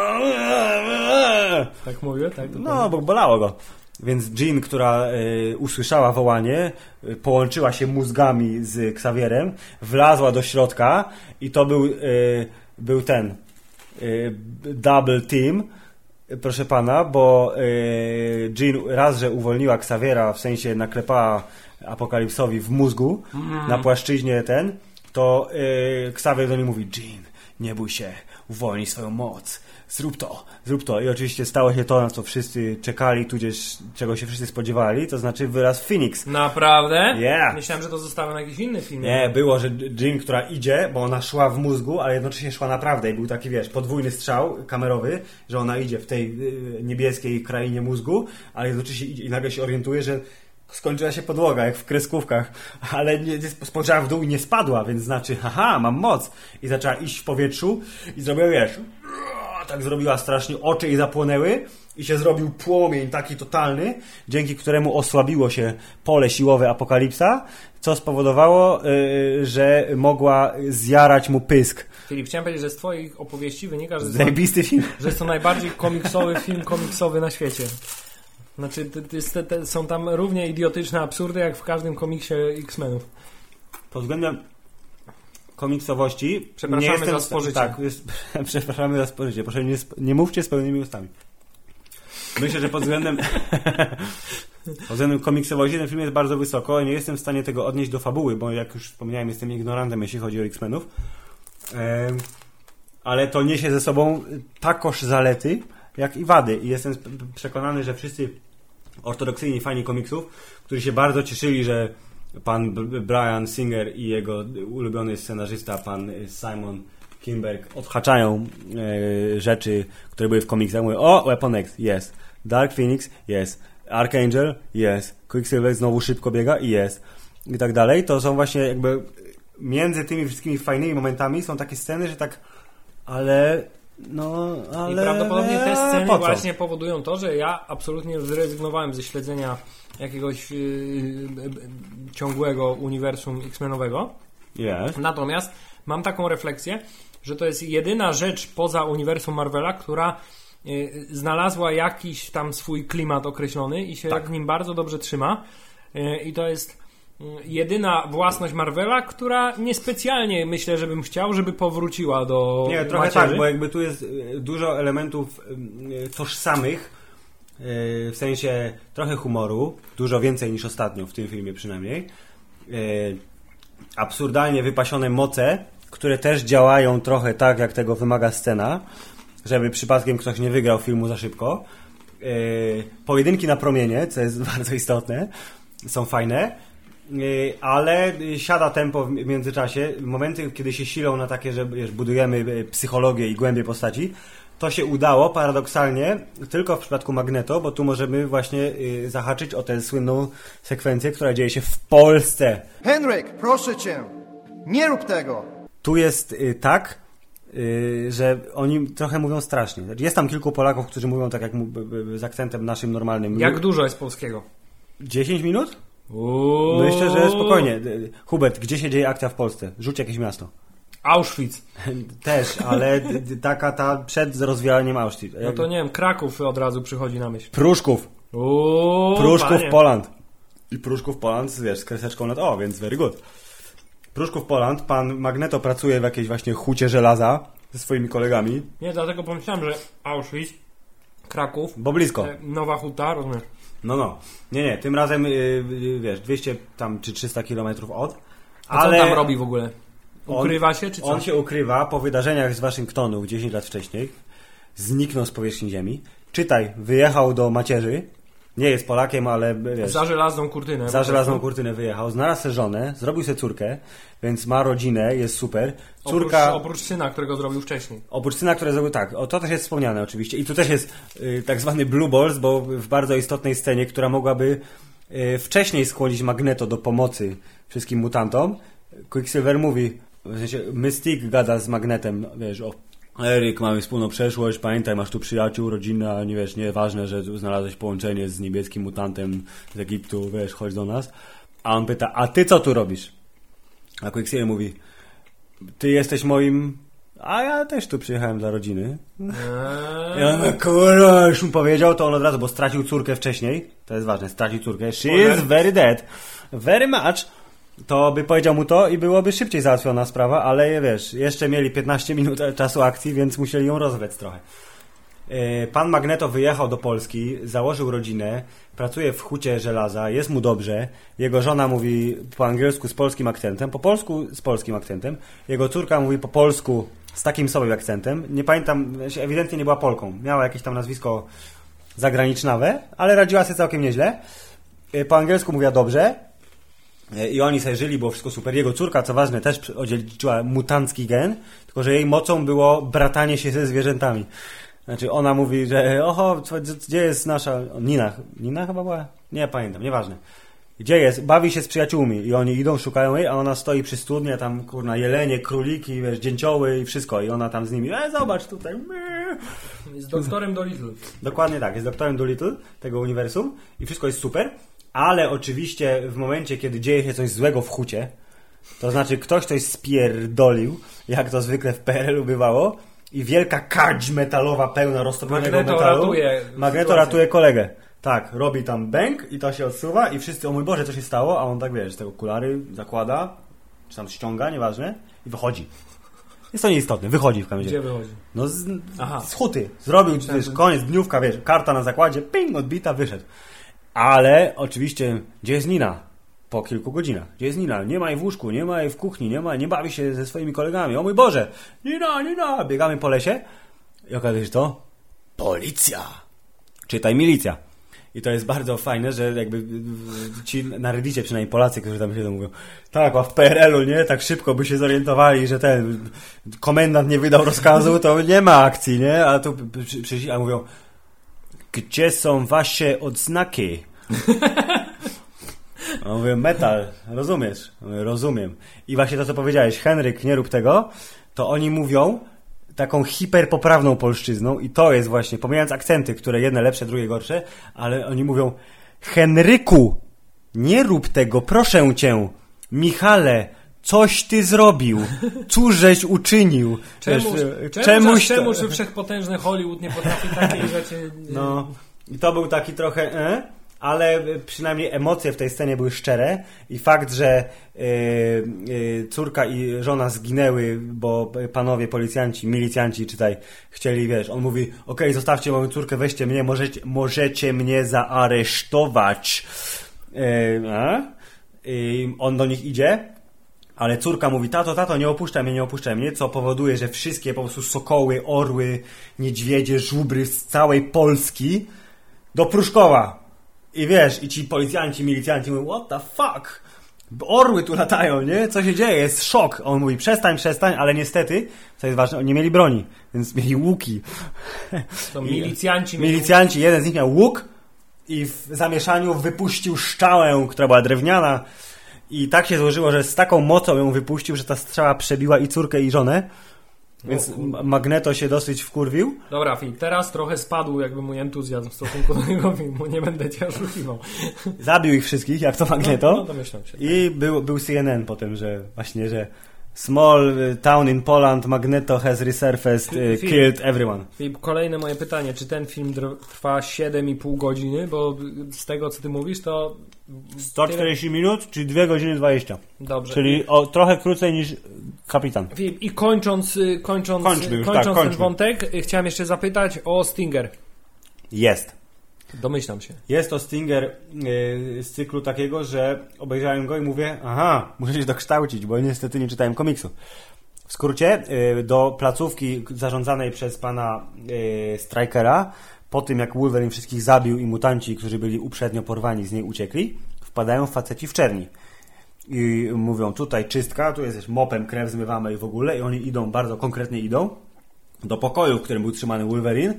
Tak mówię? Tak, bo bolało go. Więc Jean, która usłyszała wołanie, połączyła się mózgami z Xavierem, wlazła do środka i to był ten double team, proszę pana, bo Jean raz, że uwolniła Xaviera, w sensie naklepała Apokalipsowi w mózgu, na płaszczyźnie to Xavier do niej mówi, Jean, nie bój się, uwolnij swoją moc. Zrób to. I oczywiście stało się to, na co wszyscy czekali, tudzież czego się wszyscy spodziewali, to znaczy wyraz Phoenix. Naprawdę? Yeah. Myślałem, że to zostało na jakiś inny film. Nie, było, że Jean, która idzie, bo ona szła w mózgu, ale jednocześnie szła naprawdę i był taki, podwójny strzał kamerowy, że ona idzie w tej niebieskiej krainie mózgu, ale jednocześnie idzie i nagle się orientuje, że skończyła się podłoga, jak w kreskówkach, ale spojrzała w dół i nie spadła, więc znaczy, mam moc. I zaczęła iść w powietrzu i zrobiła, tak zrobiła strasznie, oczy jej zapłonęły i się zrobił płomień taki totalny, dzięki któremu osłabiło się pole siłowe Apokalipsa, co spowodowało, że mogła zjarać mu pysk. Filip, chciałem powiedzieć, że z twoich opowieści wynika, że jest to najbardziej komiksowy film komiksowy na świecie. Znaczy, są tam równie idiotyczne absurdy, jak w każdym komiksie X-Menów. Pod względem komiksowości... Przepraszamy za spożycie. Tak, przepraszamy za spożycie. Proszę, nie mówcie z pełnymi ustami. Myślę, że pod względem komiksowości ten film jest bardzo wysoko i nie jestem w stanie tego odnieść do fabuły, bo jak już wspomniałem, jestem ignorantem, jeśli chodzi o X-Menów. Ale to niesie ze sobą takoż zalety, jak i wady. I jestem przekonany, że wszyscy ortodoksyjni fani komiksów, którzy się bardzo cieszyli, że pan Bryan Singer i jego ulubiony scenarzysta, pan Simon Kinberg, odhaczają rzeczy, które były w komiksach. Mówią, Weapon X, jest. Dark Phoenix, jest. Archangel, jest. Quicksilver znowu szybko biega i jest. I tak dalej. To są właśnie jakby między tymi wszystkimi fajnymi momentami są takie sceny, że tak, ale... I prawdopodobnie te sceny właśnie powodują to, że ja absolutnie zrezygnowałem ze śledzenia jakiegoś ciągłego uniwersum X-Menowego. Yes. Natomiast mam taką refleksję, że to jest jedyna rzecz poza uniwersum Marvela, która znalazła jakiś tam swój klimat określony i się w nim bardzo dobrze trzyma. I to jest jedyna własność Marvela, która niespecjalnie myślę, żebym chciał, żeby powróciła do Nie, trochę macierzy. tak, bo jakby tu jest dużo elementów tożsamych, w sensie trochę humoru, dużo więcej niż ostatnio w tym filmie przynajmniej. Absurdalnie wypasione moce, które też działają trochę tak, jak tego wymaga scena, żeby przypadkiem ktoś nie wygrał filmu za szybko. Pojedynki na promienie, co jest bardzo istotne, są fajne, ale siada tempo w międzyczasie. Momenty, kiedy się silą na takie, że budujemy psychologię i głębię postaci, to się udało paradoksalnie tylko w przypadku Magneto, bo tu możemy właśnie zahaczyć o tę słynną sekwencję, która dzieje się w Polsce. Henryk, proszę cię, nie rób tego! Tu jest tak, że oni trochę mówią strasznie. Jest tam kilku Polaków, którzy mówią tak jak z akcentem naszym normalnym. Jak dużo jest polskiego? 10 minut? Myślę, że spokojnie. Hubert, gdzie się dzieje akcja w Polsce? Rzuć jakieś miasto. Auschwitz. Też, ale taka ta przed rozwijaniem Auschwitz. No to nie wiem, Kraków od razu przychodzi na myśl. Pruszków. Pruszków panie. Poland. I Pruszków Poland, wiesz, z kreseczką nad o, więc very good. Pruszków Poland, pan Magneto pracuje w jakiejś właśnie hucie żelaza ze swoimi kolegami. Nie, dlatego pomyślałem, że Auschwitz, Kraków, bo blisko. Nowa Huta, rozumiesz? No. Nie, tym razem, wiesz, 200 tam czy 300 kilometrów od. Ale co tam robi w ogóle? Ukrywa się, czy co? On się ukrywa po wydarzeniach z Waszyngtonu 10 lat wcześniej. Zniknął z powierzchni ziemi. Czytaj, wyjechał do macierzy. Nie jest Polakiem, ale wiesz... Za żelazną kurtynę. Za żelazną kurtynę wyjechał. Znalazł sobie żonę, zrobił sobie córkę, więc ma rodzinę, jest super. Córka... Oprócz syna, którego zrobił wcześniej. Oprócz syna, który zrobił tak. To też jest wspomniane oczywiście. I tu też jest tak zwany blue balls, bo w bardzo istotnej scenie, która mogłaby wcześniej skłonić Magneto do pomocy wszystkim mutantom, Quicksilver mówi, w sensie Mystique gada z Magnetem, wiesz, o Eryk, mamy wspólną przeszłość, pamiętaj, masz tu przyjaciół, rodzinę, nie wiesz, nieważne, że znalazłeś połączenie z niebieskim mutantem z Egiptu, wiesz, chodź do nas. A on pyta, a ty co tu robisz? A Quicksilver mówi, ty jesteś moim... A ja też tu przyjechałem dla rodziny. I on, kurwa, już mu powiedział, to on od razu, bo stracił córkę wcześniej, to jest ważne, stracił córkę, she is very dead, very much. To by powiedział mu to i byłoby szybciej załatwiona sprawa, ale wiesz, jeszcze mieli 15 minut czasu akcji, więc musieli ją rozwlec trochę. Pan Magneto wyjechał do Polski, założył rodzinę, pracuje w hucie żelaza, jest mu dobrze, jego żona mówi po angielsku z polskim akcentem, po polsku z polskim akcentem, jego córka mówi po polsku z takim sobie akcentem, nie pamiętam, ewidentnie nie była Polką, miała jakieś tam nazwisko zagraniczne, ale radziła sobie całkiem nieźle, po angielsku mówiła dobrze. I oni sobie żyli, było wszystko super. Jego córka, co ważne, też odziedziczyła mutancki gen, tylko że jej mocą było bratanie się ze zwierzętami. Znaczy ona mówi, że oho, gdzie jest nasza... Nina chyba była? Nie pamiętam, nieważne. Gdzie jest? Bawi się z przyjaciółmi i oni idą, szukają jej, a ona stoi przy studni, a tam kurna jelenie, króliki, wiesz, dzięcioły i wszystko. I ona tam z nimi, zobacz tutaj. Jest doktorem Dolittle. Dokładnie tak, jest doktorem Dolittle tego uniwersum i wszystko jest super. Ale oczywiście w momencie, kiedy dzieje się coś złego w hucie, to znaczy ktoś coś spierdolił, jak to zwykle w PRL-u bywało, i wielka kadź metalowa pełna roztopionego metalu. Magneto ratuje kolegę. Tak, robi tam bęk i to się odsuwa i wszyscy, o mój Boże, co się stało? A on tak, wiesz, te okulary zakłada, czy tam ściąga, nieważne, i wychodzi. Jest to nieistotne, wychodzi w kamerze. Gdzie wychodzi? No z huty. Zrobił, wiesz, koniec, dniówka, wiesz, karta na zakładzie, ping, odbita, wyszedł. Ale oczywiście, gdzie jest Nina? Po kilku godzinach. Gdzie jest Nina? Nie ma jej w łóżku, nie ma jej w kuchni, nie bawi się ze swoimi kolegami. O mój Boże! Nina! Biegamy po lesie i okazuje się to policja. Czytaj milicja. I to jest bardzo fajne, że jakby ci na Reddicie, przynajmniej Polacy, którzy tam siedzą, mówią tak, a w PRL-u, nie? Tak szybko by się zorientowali, że ten komendant nie wydał rozkazu, to nie ma akcji, nie? A tu przyszli, a mówią, gdzie są wasze odznaki? A mówię, metal, rozumiesz? Mówię, rozumiem. I właśnie to, co powiedziałeś, Henryk, nie rób tego, to oni mówią taką hiperpoprawną polszczyzną i to jest właśnie, pomijając akcenty, które jedne lepsze, drugie gorsze, ale oni mówią, Henryku, nie rób tego, proszę cię, Michale, coś ty zrobił, cóż żeś uczynił. Czemuś wszechpotężny Hollywood nie potrafi takiej rzeczy... No, i to był taki trochę... ale przynajmniej emocje w tej scenie były szczere i fakt, że córka i żona zginęły, bo panowie policjanci, milicjanci, czytaj, chcieli, wiesz, on mówi, okej, zostawcie moją córkę, weźcie mnie, możecie mnie zaaresztować. On do nich idzie, ale córka mówi, tato, nie opuszczaj mnie, co powoduje, że wszystkie po prostu sokoły, orły, niedźwiedzie, żubry z całej Polski do Pruszkowa. I wiesz, i ci policjanci, milicjanci mówią, what the fuck? Orły tu latają, nie? Co się dzieje? Jest szok. On mówi, przestań, ale niestety, co jest ważne, oni nie mieli broni, więc mieli łuki. To milicjanci. Milicjanci, jeden z nich miał łuk i w zamieszaniu wypuścił szczałę, która była drewniana i tak się złożyło, że z taką mocą ją wypuścił, że ta strzała przebiła i córkę, i żonę. Więc Magneto się dosyć wkurwił. Dobra, Filip, teraz trochę spadł jakby mój entuzjazm w stosunku do tego filmu. Nie będę cię oszukiwał. Zabił ich wszystkich, jak to Magneto. No, domyślam się. I był CNN potem, że właśnie, że small town in Poland, Magneto has resurfaced, killed everyone. Filip, kolejne moje pytanie. Czy ten film trwa 7,5 godziny? Bo z tego, co ty mówisz, to... 140 minut, czy 2 godziny 20. Dobrze. Czyli trochę krócej niż Kapitan. Filip, i kończąc ten wątek, chciałem jeszcze zapytać o Stinger. Jest. Domyślam się. Jest to Stinger z cyklu takiego, że obejrzałem go i mówię, muszę się dokształcić, bo niestety nie czytałem komiksu. W skrócie, do placówki zarządzanej przez pana Strikera, po tym jak Wolverine wszystkich zabił i mutanci, którzy byli uprzednio porwani, z niej uciekli, wpadają faceci w czerni. I mówią, tutaj czystka, tu jest mopem, krew zmywamy i w ogóle. I oni idą, bardzo konkretnie idą do pokoju, w którym był trzymany Wolverine.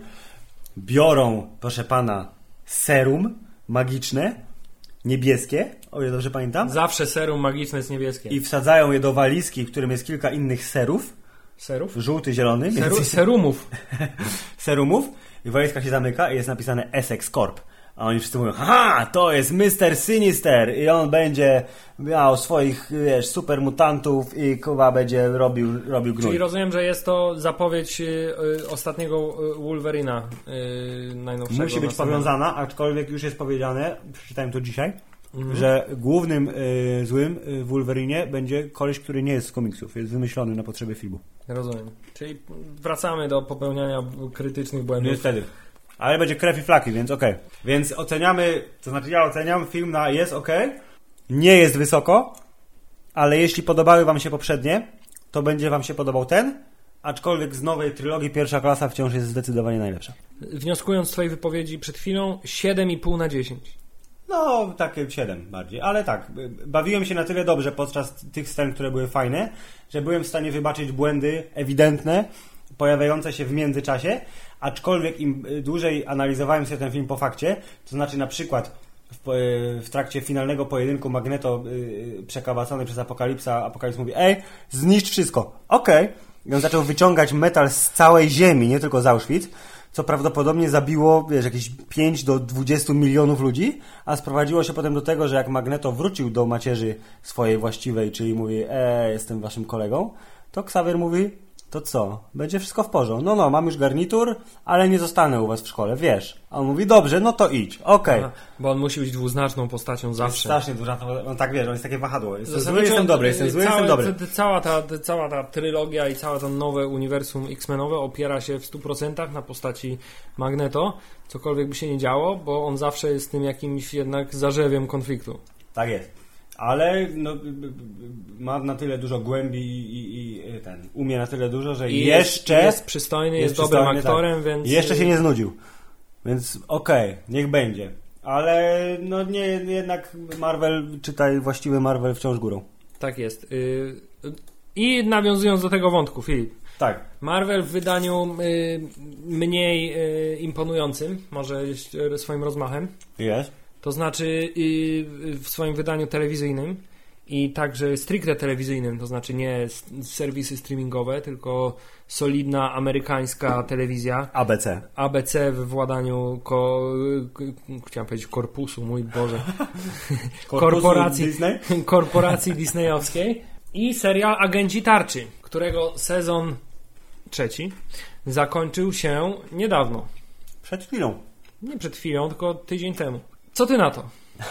Biorą, proszę pana, serum magiczne, niebieskie, o ile dobrze pamiętam. Zawsze serum magiczne jest niebieskie. I wsadzają je do walizki, w którym jest kilka innych serów. Serów? Żółty, zielony. Serumów. Serumów. I walizka się zamyka i jest napisane Essex Corp. A oni wszyscy mówią, to jest Mr. Sinister i on będzie miał swoich, wiesz, super mutantów i Kuba będzie robił gnój. Czyli rozumiem, że jest to zapowiedź ostatniego Wolverina najnowszego. Musi być powiązana, aczkolwiek już jest powiedziane, przeczytałem to dzisiaj, że głównym złym w Wolverinie będzie koleś, który nie jest z komiksów, jest wymyślony na potrzeby filmu. Rozumiem. Czyli wracamy do popełniania krytycznych błędów. Nie wtedy. Ale będzie krew i flaki, więc okej. Więc oceniamy, to znaczy ja oceniam film na jest okej. Nie jest wysoko, ale jeśli podobały wam się poprzednie, to będzie wam się podobał ten, aczkolwiek z nowej trylogii Pierwsza Klasa wciąż jest zdecydowanie najlepsza. Wnioskując z twojej wypowiedzi przed chwilą, 7,5 na 10. No, takie 7 bardziej, ale tak, bawiłem się na tyle dobrze podczas tych scen, które były fajne, że byłem w stanie wybaczyć błędy ewidentne, pojawiające się w międzyczasie, aczkolwiek im dłużej analizowałem sobie ten film po fakcie, to znaczy na przykład w trakcie finalnego pojedynku Magneto przekałacony przez Apokalipsa, Apokalips mówi, zniszcz wszystko, okej. I on zaczął wyciągać metal z całej ziemi, nie tylko z Auschwitz, co prawdopodobnie zabiło, wiesz, jakieś 5 do 20 milionów ludzi, a sprowadziło się potem do tego, że jak Magneto wrócił do macierzy swojej właściwej, czyli mówi, jestem waszym kolegą, to Xavier mówi, to co? Będzie wszystko w porządku. No, mam już garnitur, ale nie zostanę u was w szkole, wiesz. A on mówi, dobrze, no to idź, okej. Bo on musi być dwuznaczną postacią zawsze. Strasznie dwuznaczną, on tak, wiesz, on jest takie wahadło. Jestem zły, jestem dobry, jestem zły, jestem dobry. Cała ta trylogia i całe to nowe uniwersum X-Menowe opiera się w 100% na postaci Magneto, cokolwiek by się nie działo, bo on zawsze jest tym jakimś jednak zarzewiem konfliktu. Tak jest. Ale ma na tyle dużo głębi i umie na tyle dużo, że jeszcze jest przystojny, jest dobrym aktorem, tak. Więc... Jeszcze się nie znudził. Więc okej, niech będzie. Ale no nie, jednak Marvel, czytaj właściwy Marvel wciąż górą. Tak jest. I nawiązując do tego wątku, Filip. Tak. Marvel w wydaniu mniej imponującym, może swoim rozmachem. Jest. To znaczy w swoim wydaniu telewizyjnym i także stricte telewizyjnym, to znaczy nie serwisy streamingowe, tylko solidna amerykańska telewizja. ABC w władaniu chciałem powiedzieć korpusu, mój Boże. Korporacji Disneyowskiej. I serial Agenci Tarczy, którego sezon 3 zakończył się niedawno. Przed chwilą. Nie przed chwilą, tylko tydzień temu. Co ty na to?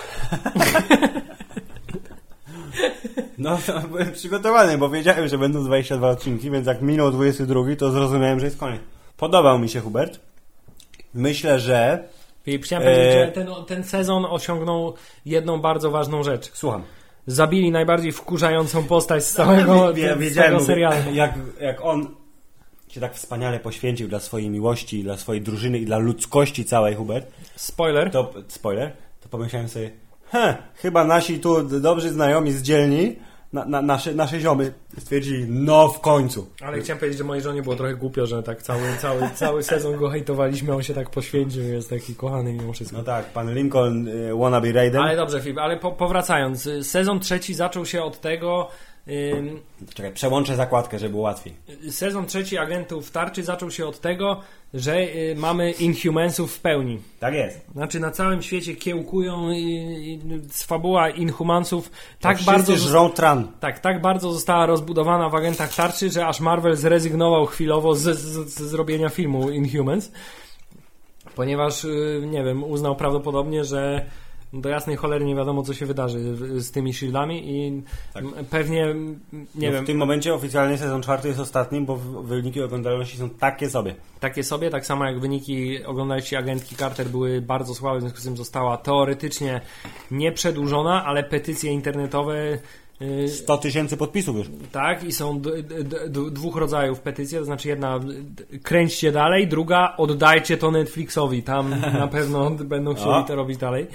No, byłem przygotowany, bo wiedziałem, że będą 22 odcinki, więc jak minął 22, to zrozumiałem, że jest koniec. Podobał mi się Hubert. Myślę, że... Chciałem powiedzieć, że ten sezon osiągnął jedną bardzo ważną rzecz. Słucham. Zabili najbardziej wkurzającą postać z całego serialu. Jak on się tak wspaniale poświęcił dla swojej miłości, dla swojej drużyny i dla ludzkości całej, Hubert. Spoiler. To pomyślałem sobie, chyba nasi tu dobrzy znajomi z dzielni, nasze ziomy stwierdzili, no w końcu. Ale chciałem powiedzieć, że mojej żonie było trochę głupio, że tak cały sezon go hejtowaliśmy, on się tak poświęcił, jest taki kochany mimo wszystko. No tak, pan Lincoln wannabe Raiden. Ale dobrze, Filip, ale powracając, sezon 3 zaczął się od tego... Czekaj, przełączę zakładkę, żeby było łatwiej. Sezon 3 Agentów Tarczy zaczął się od tego, że mamy Inhumansów w pełni. Tak jest. Znaczy na całym świecie kiełkują fabuła Inhumansów tak bardzo żrą tran. Tak bardzo została rozbudowana w Agentach Tarczy, że aż Marvel zrezygnował chwilowo z zrobienia filmu Inhumans, ponieważ uznał prawdopodobnie, że do jasnej cholery nie wiadomo, co się wydarzy z tymi shieldami i tak. Pewnie, w tym momencie oficjalnie sezon 4 jest ostatnim, bo wyniki oglądalności są takie sobie. Tak samo jak wyniki oglądalności Agentki Carter były bardzo słabe, w związku z tym została teoretycznie nie przedłużona, ale petycje internetowe 100 000 podpisów już. Tak, i są dwóch rodzajów petycji, to znaczy jedna kręćcie dalej, druga oddajcie to Netflixowi, tam na pewno będą chcieli to robić dalej.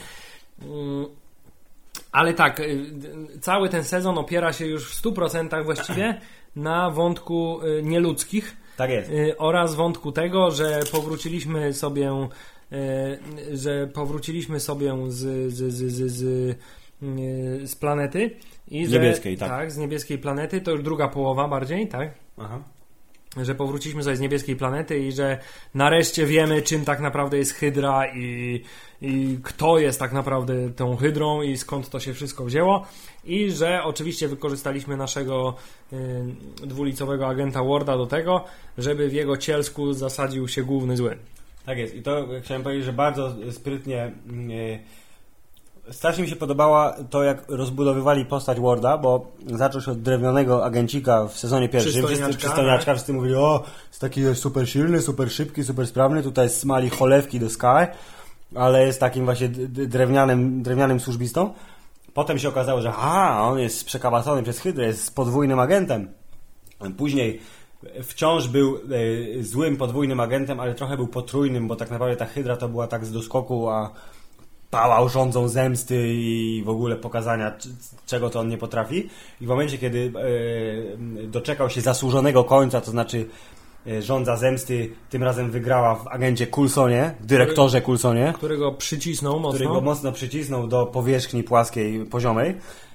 Ale tak, cały ten sezon opiera się już w 100% właściwie na wątku nieludzkich. Tak jest. Oraz wątku tego, że powróciliśmy sobie z planety. Z niebieskiej, tak. Tak, z niebieskiej planety, to już druga połowa bardziej, tak? Aha. Że powróciliśmy sobie z niebieskiej planety i że nareszcie wiemy, czym tak naprawdę jest Hydra i kto jest tak naprawdę tą Hydrą i skąd to się wszystko wzięło i że oczywiście wykorzystaliśmy naszego dwulicowego agenta Warda do tego, żeby w jego cielsku zasadził się główny zły. Tak jest i to chciałem powiedzieć, że bardzo sprytnie strasznie mi się podobało to, jak rozbudowywali postać Warda, bo zaczął się od drewnionego agencika w sezonie pierwszym. Przystojniaczka, wszyscy mówili, jest taki super silny, super szybki, super sprawny, tutaj smali cholewki do Sky, ale jest takim właśnie drewnianym służbistą. Potem się okazało, że on jest przekabacony przez Hydrę, jest podwójnym agentem. Później wciąż był złym podwójnym agentem, ale trochę był potrójnym, bo tak naprawdę ta Hydra to była tak z doskoku, a pałał rządzą zemsty i w ogóle pokazania, czego to on nie potrafi. I w momencie, kiedy doczekał się zasłużonego końca, to znaczy rządza zemsty tym razem wygrała w agencie Coulsonie, dyrektorze Coulsonie, którego mocno przycisnął do powierzchni płaskiej, poziomej,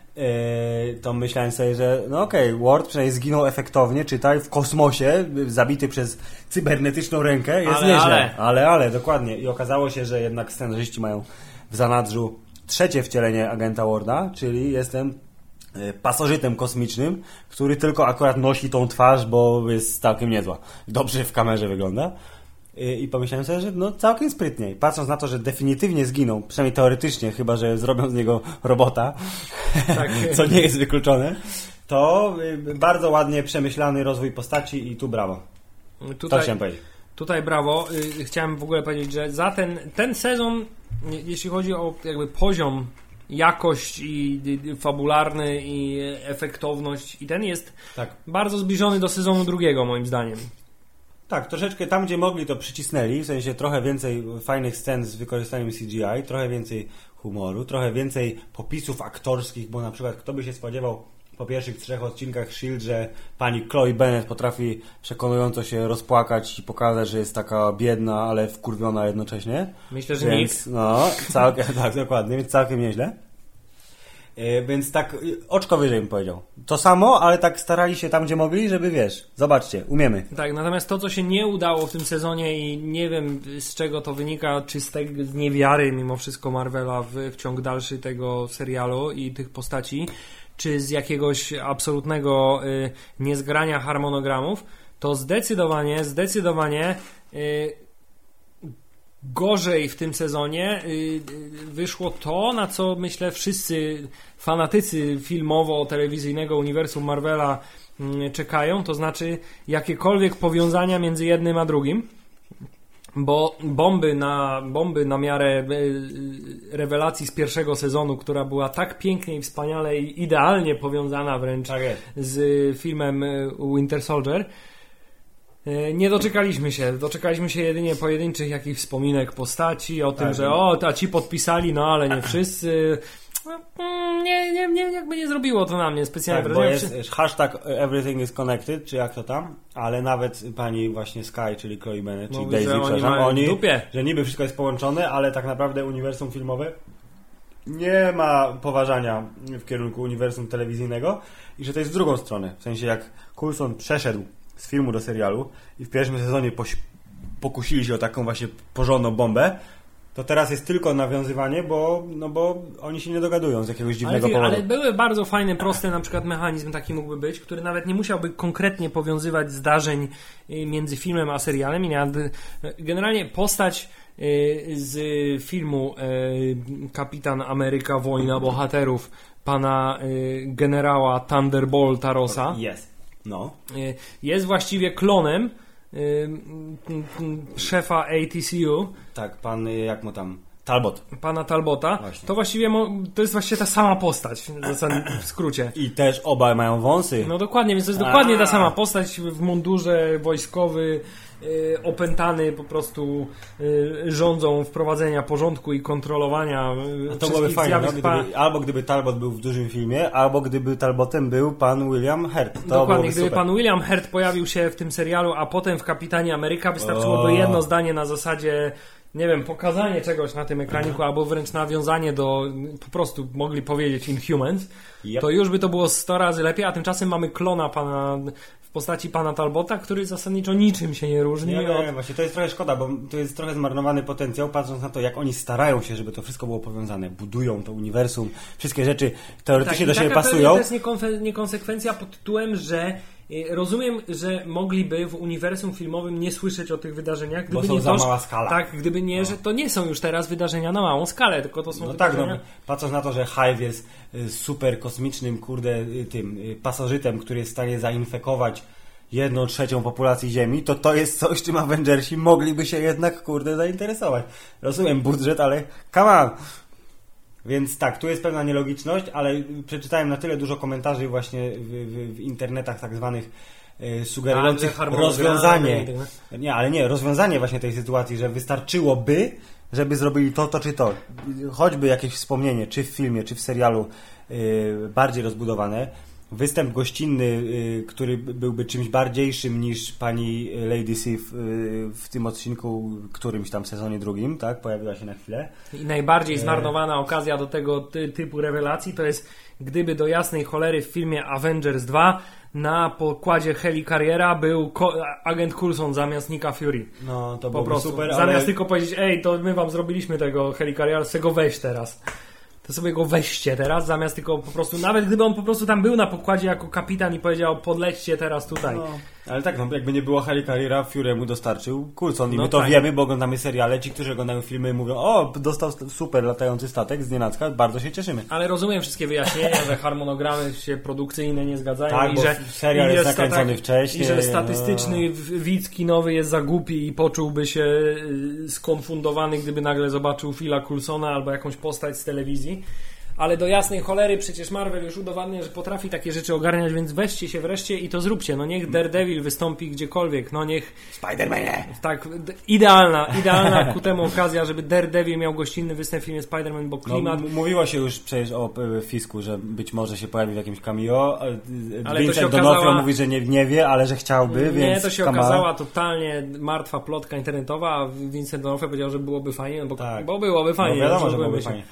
to myślałem sobie, że Ward przynajmniej zginął efektownie, czytaj, w kosmosie, zabity przez cybernetyczną rękę, jest nieźle. Ale, dokładnie. I okazało się, że jednak scenarzyści mają w zanadrzu trzecie wcielenie agenta Warda, czyli jestem pasożytem kosmicznym, który tylko akurat nosi tą twarz, bo jest całkiem niezła. Dobrze w kamerze wygląda. I pomyślałem sobie, że całkiem sprytnie. I patrząc na to, że definitywnie zginął, przynajmniej teoretycznie, chyba że zrobią z niego robota, tak. Co nie jest wykluczone, to bardzo ładnie przemyślany rozwój postaci i tu brawo. To chciałem powiedzieć. Tutaj brawo. Chciałem w ogóle powiedzieć, że za ten sezon, jeśli chodzi o jakby poziom, jakość i fabularny i efektowność i ten jest bardzo zbliżony do sezonu drugiego, moim zdaniem. Tak, troszeczkę tam, gdzie mogli, to przycisnęli, w sensie trochę więcej fajnych scen z wykorzystaniem CGI, trochę więcej humoru, trochę więcej popisów aktorskich, bo na przykład kto by się spodziewał po pierwszych 3 odcinkach S.H.I.E.L.D., że pani Chloe Bennett potrafi przekonująco się rozpłakać i pokazać, że jest taka biedna, ale wkurwiona jednocześnie. Myślę, że nic. Całkiem, tak, dokładnie, więc całkiem nieźle. Więc tak oczko wyżej bym powiedział. To samo, ale tak starali się tam, gdzie mogli, żeby wiesz, zobaczcie, umiemy. Tak, natomiast to, co się nie udało w tym sezonie i nie wiem z czego to wynika, czy z tej niewiary mimo wszystko Marvela w ciąg dalszy tego serialu i tych postaci, czy z jakiegoś absolutnego niezgrania harmonogramów, to zdecydowanie gorzej w tym sezonie wyszło to, na co myślę wszyscy fanatycy filmowo-telewizyjnego uniwersum Marvela czekają, to znaczy jakiekolwiek powiązania między jednym a drugim, bo bomby na miarę rewelacji z pierwszego sezonu, która była tak pięknie i wspaniale i idealnie powiązana wręcz z filmem Winter Soldier, nie doczekaliśmy się. Doczekaliśmy się jedynie pojedynczych jakichś wspominek postaci o tym, że a ci podpisali, no ale nie wszyscy. Jakby nie zrobiło to na mnie specjalnie. Tak, bo jest hashtag everything is connected, czy jak to tam, ale nawet pani właśnie Sky, czyli Chloe Bennett, czyli Daisy, oni że niby wszystko jest połączone, ale tak naprawdę uniwersum filmowe nie ma poważania w kierunku uniwersum telewizyjnego i że to jest w drugą stronę. W sensie jak Coulson przeszedł z filmu do serialu i w pierwszym sezonie pokusili się o taką właśnie porządną bombę, to teraz jest tylko nawiązywanie, bo oni się nie dogadują z jakiegoś dziwnego powodu. Ale były bardzo fajne, proste na przykład mechanizm taki mógłby być, który nawet nie musiałby konkretnie powiązywać zdarzeń między filmem a serialem. Generalnie postać z filmu Kapitan Ameryka, Wojna Bohaterów pana generała Thunderbolta Rossa jest właściwie klonem szefa ATCU. Tak, pan, jak mu tam, Talbot. Pana Talbota. Właśnie. To właściwie to jest właściwie ta sama postać, w skrócie. I też obaj mają wąsy. No dokładnie, więc to jest dokładnie ta sama postać w mundurze wojskowy, opętany po prostu rządzą wprowadzenia porządku i kontrolowania. A to byłoby fajne, no? Gdyby Talbot był w dużym filmie, albo gdyby Talbotem był pan William Hurt. Dokładnie, gdyby pan William Hurt pojawił się w tym serialu, a potem w Kapitanie Ameryka, wystarczyłoby jedno zdanie na zasadzie, nie wiem, pokazanie czegoś na tym ekraniku, albo wręcz nawiązanie do, po prostu mogli powiedzieć Inhumans, to już by to było 100 razy lepiej, a tymczasem mamy klona w postaci pana Talbota, który zasadniczo niczym się nie różni. Nie, właśnie to jest trochę szkoda, bo to jest trochę zmarnowany potencjał, patrząc na to, jak oni starają się, żeby to wszystko było powiązane, budują to uniwersum, wszystkie rzeczy teoretycznie do siebie pasują. To jest niekonsekwencja pod tytułem, że rozumiem, że mogliby w uniwersum filmowym nie słyszeć o tych wydarzeniach, gdyby bo są za mała skala. Tak, gdyby nie, że to nie są już teraz wydarzenia na małą skalę, tylko to są wydarzenia... patrząc na to, że Hive jest super kosmicznym, tym pasożytem, który jest w stanie zainfekować 1/3 populacji Ziemi, to jest coś, czym Avengersi mogliby się jednak, zainteresować. Rozumiem budżet, ale come on! Więc tak, tu jest pewna nielogiczność, ale przeczytałem na tyle dużo komentarzy właśnie w internetach tak zwanych sugerujących rozwiązanie. Rozwiązanie właśnie tej sytuacji, że wystarczyłoby, żeby zrobili to czy to. Choćby jakieś wspomnienie, czy w filmie, czy w serialu bardziej rozbudowane. Występ gościnny, który byłby czymś bardziejszym niż pani Lady Sif w tym odcinku, którymś tam w sezonie drugim, tak? Pojawiła się na chwilę. I najbardziej zmarnowana okazja do tego typu rewelacji to jest, gdyby do jasnej cholery w filmie Avengers 2 na pokładzie Helicarriera był agent Coulson zamiast Nicka Fury. No, to byłoby super, zamiast tylko powiedzieć, to my wam zrobiliśmy tego Helicarriera, z go weź teraz. To sobie go weźcie teraz, zamiast tylko po prostu, nawet gdyby on po prostu tam był na pokładzie jako kapitan i powiedział, podlećcie teraz tutaj. No, ale tak, jakby nie było Helicarriera, Fury mu dostarczył Coulson i my to wiemy, bo oglądamy seriale, ci, którzy oglądają filmy mówią, dostał super latający statek z nienacka, bardzo się cieszymy. Ale rozumiem wszystkie wyjaśnienia, że harmonogramy się produkcyjne nie zgadzają tak, i że serial jest nakręcony wcześniej. I że statystyczny widz kinowy jest za głupi i poczułby się skonfundowany, gdyby nagle zobaczył Phila Coulsona albo jakąś postać z telewizji. Ale do jasnej cholery przecież Marvel już udowadnia, że potrafi takie rzeczy ogarniać, więc weźcie się wreszcie i to zróbcie. No niech Daredevil wystąpi gdziekolwiek, no niech... Spider-Manie! Tak, idealna ku temu okazja, żeby Daredevil miał gościnny występ w filmie Spider-Man, bo klimat... Mówiło się już przecież o Fisku, że być może się pojawi w jakimś cameo. Ale Vincent D'Onofrio mówi, że nie wie, ale że chciałby, więc... Nie, to się okazała totalnie martwa plotka internetowa, a Vincent D'Onofrio powiedział, że byłoby fajnie, bo byłoby fajnie. No wiadomo, że byłoby fajnie.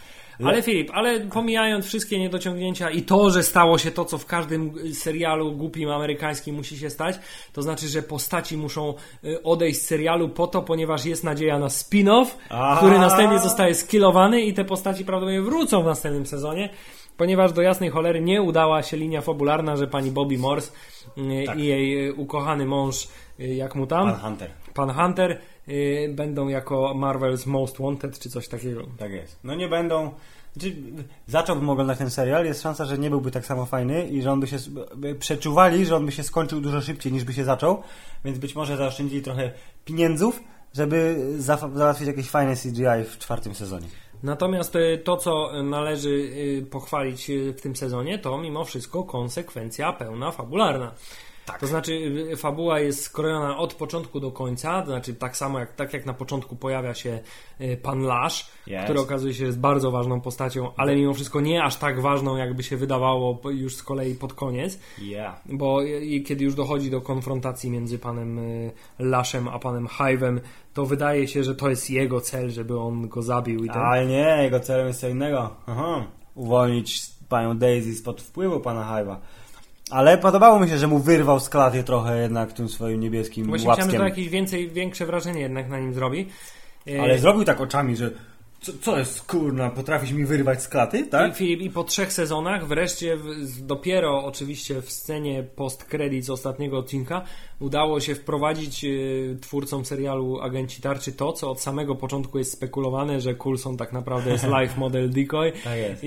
Ale Filip, pomijając wszystkie niedociągnięcia i to, że stało się to, co w każdym serialu głupim amerykańskim musi się stać, to znaczy, że postaci muszą odejść z serialu po to, ponieważ jest nadzieja na spin-off, który następnie zostaje skillowany i te postaci prawdopodobnie wrócą w następnym sezonie, ponieważ do jasnej cholery nie udała się linia fabularna, że pani Bobby Morse i jej ukochany mąż, jak mu tam? Pan Hunter będą jako Marvel's Most Wanted, czy coś takiego. Tak jest. No nie będą... Zacząłbym oglądać ten serial, jest szansa, że nie byłby tak samo fajny i że on by się... Przeczuwali, że on by się skończył dużo szybciej niż by się zaczął, więc być może zaoszczędzili trochę pieniędzów, żeby załatwić jakieś fajne CGI w 4. sezonie. Natomiast to, co należy pochwalić w tym sezonie, to mimo wszystko konsekwencja pełna fabularna. Tak. To znaczy fabuła jest skrojona od początku do końca, to znaczy tak samo jak na początku pojawia się pan Lash, który okazuje się, że jest bardzo ważną postacią, ale mimo wszystko nie aż tak ważną, jakby się wydawało już z kolei pod koniec. Bo kiedy już dochodzi do konfrontacji między panem Lashem a panem Hive'em, to wydaje się, że to jest jego cel, żeby on go zabił. Ale nie, jego celem jest co innego. Uwolnić panią Daisy spod wpływu pana Hive'a. Ale podobało mi się, że mu wyrwał z klaty trochę jednak tym swoim niebieskim łapskiem. Właśnie chciałem, że to jakieś większe wrażenie jednak na nim zrobi. Ale zrobił tak oczami, że co jest, kurna, potrafisz mi wyrwać z klaty, tak? I po 3 sezonach wreszcie, dopiero oczywiście w scenie post-credits ostatniego odcinka, udało się wprowadzić twórcom serialu Agenci Tarczy to, co od samego początku jest spekulowane, że Coulson tak naprawdę jest life model decoy. Tak jest.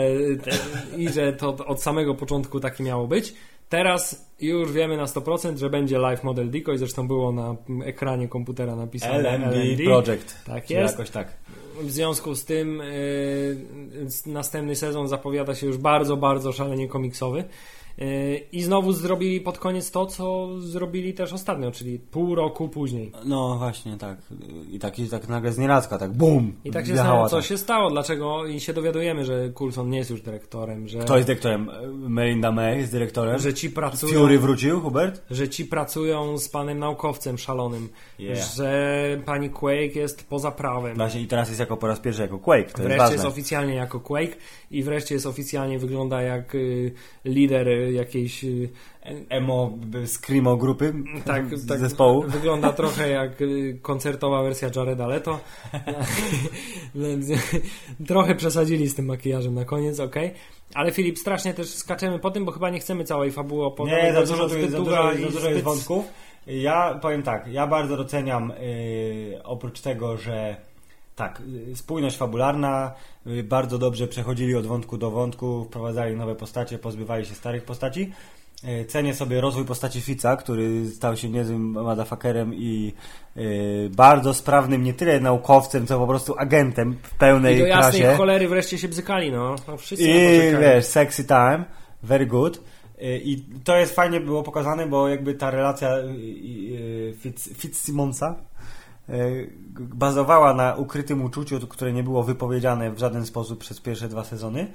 I że to od samego początku takie miało być. Teraz już wiemy na 100%, że będzie live model decoy, zresztą było na ekranie komputera napisane LMD Project. Tak jest. Jakoś tak. W związku z tym następny sezon zapowiada się już bardzo, bardzo szalenie komiksowy. I znowu zrobili pod koniec to, co zrobili też ostatnio, czyli pół roku później. No właśnie, tak. I tak nagle z nienacka, tak bum! I tak się stało, co się stało, dlaczego i się dowiadujemy, że Coulson nie jest już dyrektorem. Że... Kto jest dyrektorem? Melinda May jest dyrektorem? Że ci pracują... Fury wrócił, Hubert? Że ci pracują z panem naukowcem szalonym. Że pani Quake jest poza prawem. Właśnie i teraz jest po raz pierwszy jako Quake, to wreszcie jest oficjalnie jako Quake i wreszcie jest oficjalnie wygląda jak lider jakiejś emo screamo grupy tak zespołu. Wygląda trochę jak koncertowa wersja Jareda Leto. Więc trochę przesadzili z tym makijażem na koniec, okej. Ale Filip, strasznie też skaczemy po tym, bo chyba nie chcemy całej fabuły opowiadać. Nie, za dużo jest wątków. Ja powiem tak, ja bardzo doceniam oprócz tego, że tak, spójność fabularna, bardzo dobrze przechodzili od wątku do wątku, wprowadzali nowe postacie, pozbywali się starych postaci. Cenię sobie rozwój postaci Fitza, który stał się niezłym motherfuckerem i bardzo sprawnym nie tyle naukowcem, co po prostu agentem w pełnej krasie. I do jasnej cholery wreszcie się bzykali, no wszyscy i wiesz, sexy time, very good. I to jest fajnie było pokazane, bo jakby ta relacja Fitzsimonsa bazowała na ukrytym uczuciu, które nie było wypowiedziane w żaden sposób przez pierwsze 2 sezony.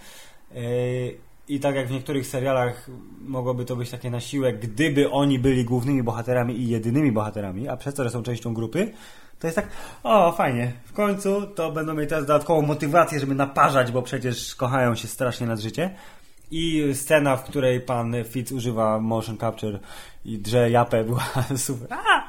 I tak jak w niektórych serialach mogłoby to być takie na siłę, gdyby oni byli głównymi bohaterami i jedynymi bohaterami, a przez to, że są częścią grupy, to jest tak, o fajnie, w końcu to będą mieli teraz dodatkową motywację, żeby naparzać, bo przecież kochają się strasznie nad życie. I scena, w której pan Fitz używa motion capture i drze japę, była super.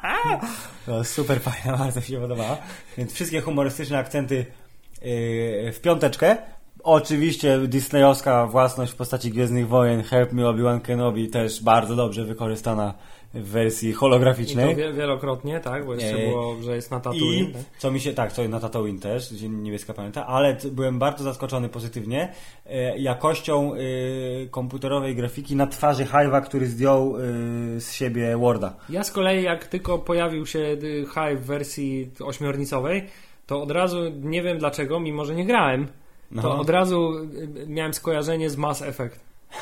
Super fajna, bardzo mi się podobała. Więc wszystkie humorystyczne akcenty w piąteczkę. Oczywiście disneyowska własność w postaci Gwiezdnych Wojen, Help Me Obi-Wan Kenobi też bardzo dobrze wykorzystana w wersji holograficznej. I to wielokrotnie, tak, bo jeszcze było, że jest na Tatooine. I co mi się, tak, co na Tatooine też, niebieska planeta, ale byłem bardzo zaskoczony pozytywnie jakością komputerowej grafiki na twarzy Hive'a, który zdjął z siebie Worda. Ja z kolei, jak tylko pojawił się Hive w wersji ośmiornicowej, to od razu, nie wiem dlaczego, mimo że nie grałem, to od razu miałem skojarzenie z Mass Effect.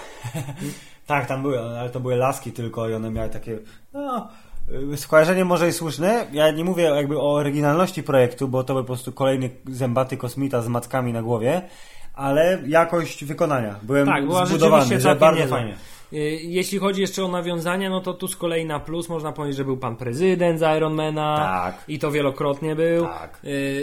Tak, tam były, ale to były laski tylko i one miały takie... skojarzenie może i słuszne. Ja nie mówię jakby o oryginalności projektu, bo to był po prostu kolejny zębaty kosmita z mackami na głowie, ale jakość wykonania. Byłem była zbudowany, rzeczywiście że bardzo niezła. fajnie. Jeśli chodzi jeszcze o nawiązania, no to tu z kolei na plus można powiedzieć, że był pan prezydent z Ironmana. Tak. I to wielokrotnie był. Tak.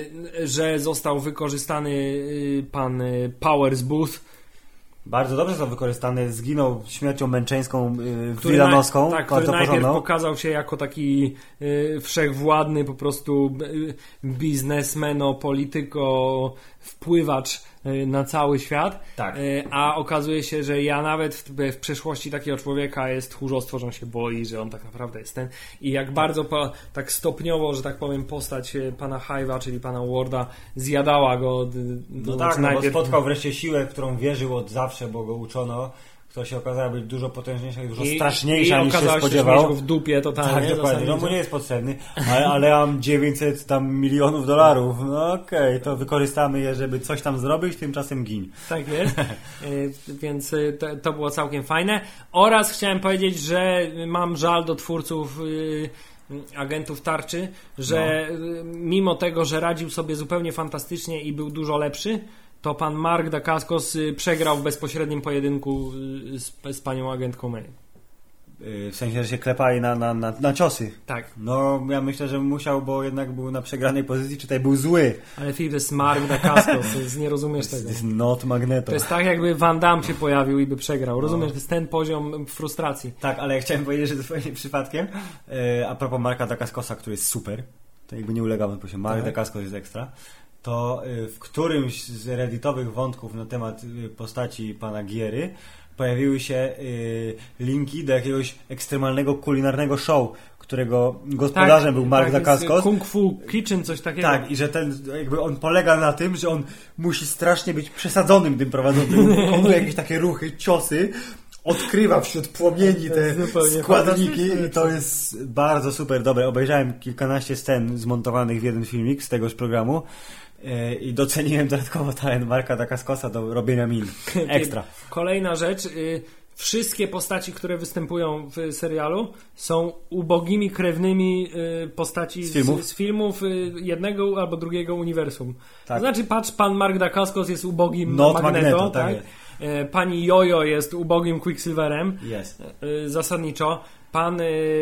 Że został wykorzystany pan Powers Booth. Bardzo dobrze został wykorzystany. Zginął śmiercią męczeńską, wilanowską. Który najpierw pokazał się jako taki wszechwładny po prostu biznesmeno, polityko, wpływacz na cały świat. Tak. A okazuje się, że ja nawet w przeszłości takiego człowieka jest tchórzostwo, że on się boi, że on tak naprawdę jest ten. I jak bardzo tak stopniowo, że tak powiem, postać pana Hive'a, czyli pana Warda, zjadała go. Bo spotkał wreszcie siłę, w którą wierzył od zawsze, bo go uczono. To się okazała być dużo potężniejsza i dużo straszniejsza niż się spodziewał. Go w dupie totalnie. Tak, dokładnie. No mu nie jest potrzebny, ale mam 900 milionów dolarów. No okej, to wykorzystamy je, żeby coś tam zrobić, tymczasem giń. Tak jest. Więc to było całkiem fajne. Oraz chciałem powiedzieć, że mam żal do twórców agentów Tarczy, że mimo tego, że radził sobie zupełnie fantastycznie i był dużo lepszy, to pan Mark Dacascos przegrał w bezpośrednim pojedynku z panią agentką May. W sensie, że się klepali na ciosy. Tak. No, ja myślę, że musiał, bo jednak był na przegranej pozycji, czy tutaj był zły. Ale Filip, to jest Mark Dacascos, nie rozumiesz tego. To jest not Magneto. To jest tak, jakby Van Damme się pojawił i by przegrał. Rozumiesz, to jest ten poziom frustracji. Tak, ale ja chciałem powiedzieć, że zupełnie przypadkiem, a propos Marka Dacascosa, który jest super, to jakby nie ulegał wątpliwości, Mark Dacascos jest ekstra, to w którymś z redditowych wątków na temat postaci pana Giery pojawiły się linki do jakiegoś ekstremalnego kulinarnego show, którego gospodarzem był Mark Dacascos. Kung Fu Kitchen, coś takiego. Tak, i że jakby on polega na tym, że on musi strasznie być przesadzonym tym prowadzącym. Wykonuje jakieś takie ruchy, ciosy, odkrywa wśród płomieni te składniki i to jest bardzo super dobre. Obejrzałem kilkanaście scen zmontowanych w jeden filmik z tegoż programu i doceniłem dodatkowo talent Marka Dacascosa do robienia min. Ekstra. Kolejna rzecz. Wszystkie postaci, które występują w serialu, są ubogimi krewnymi postaci z filmów jednego albo drugiego uniwersum. Tak. To znaczy, patrz, pan Mark Dacascos jest ubogim Magneto, tak? Pani Jojo jest ubogim Quicksilverem. Jest. Zasadniczo. Pan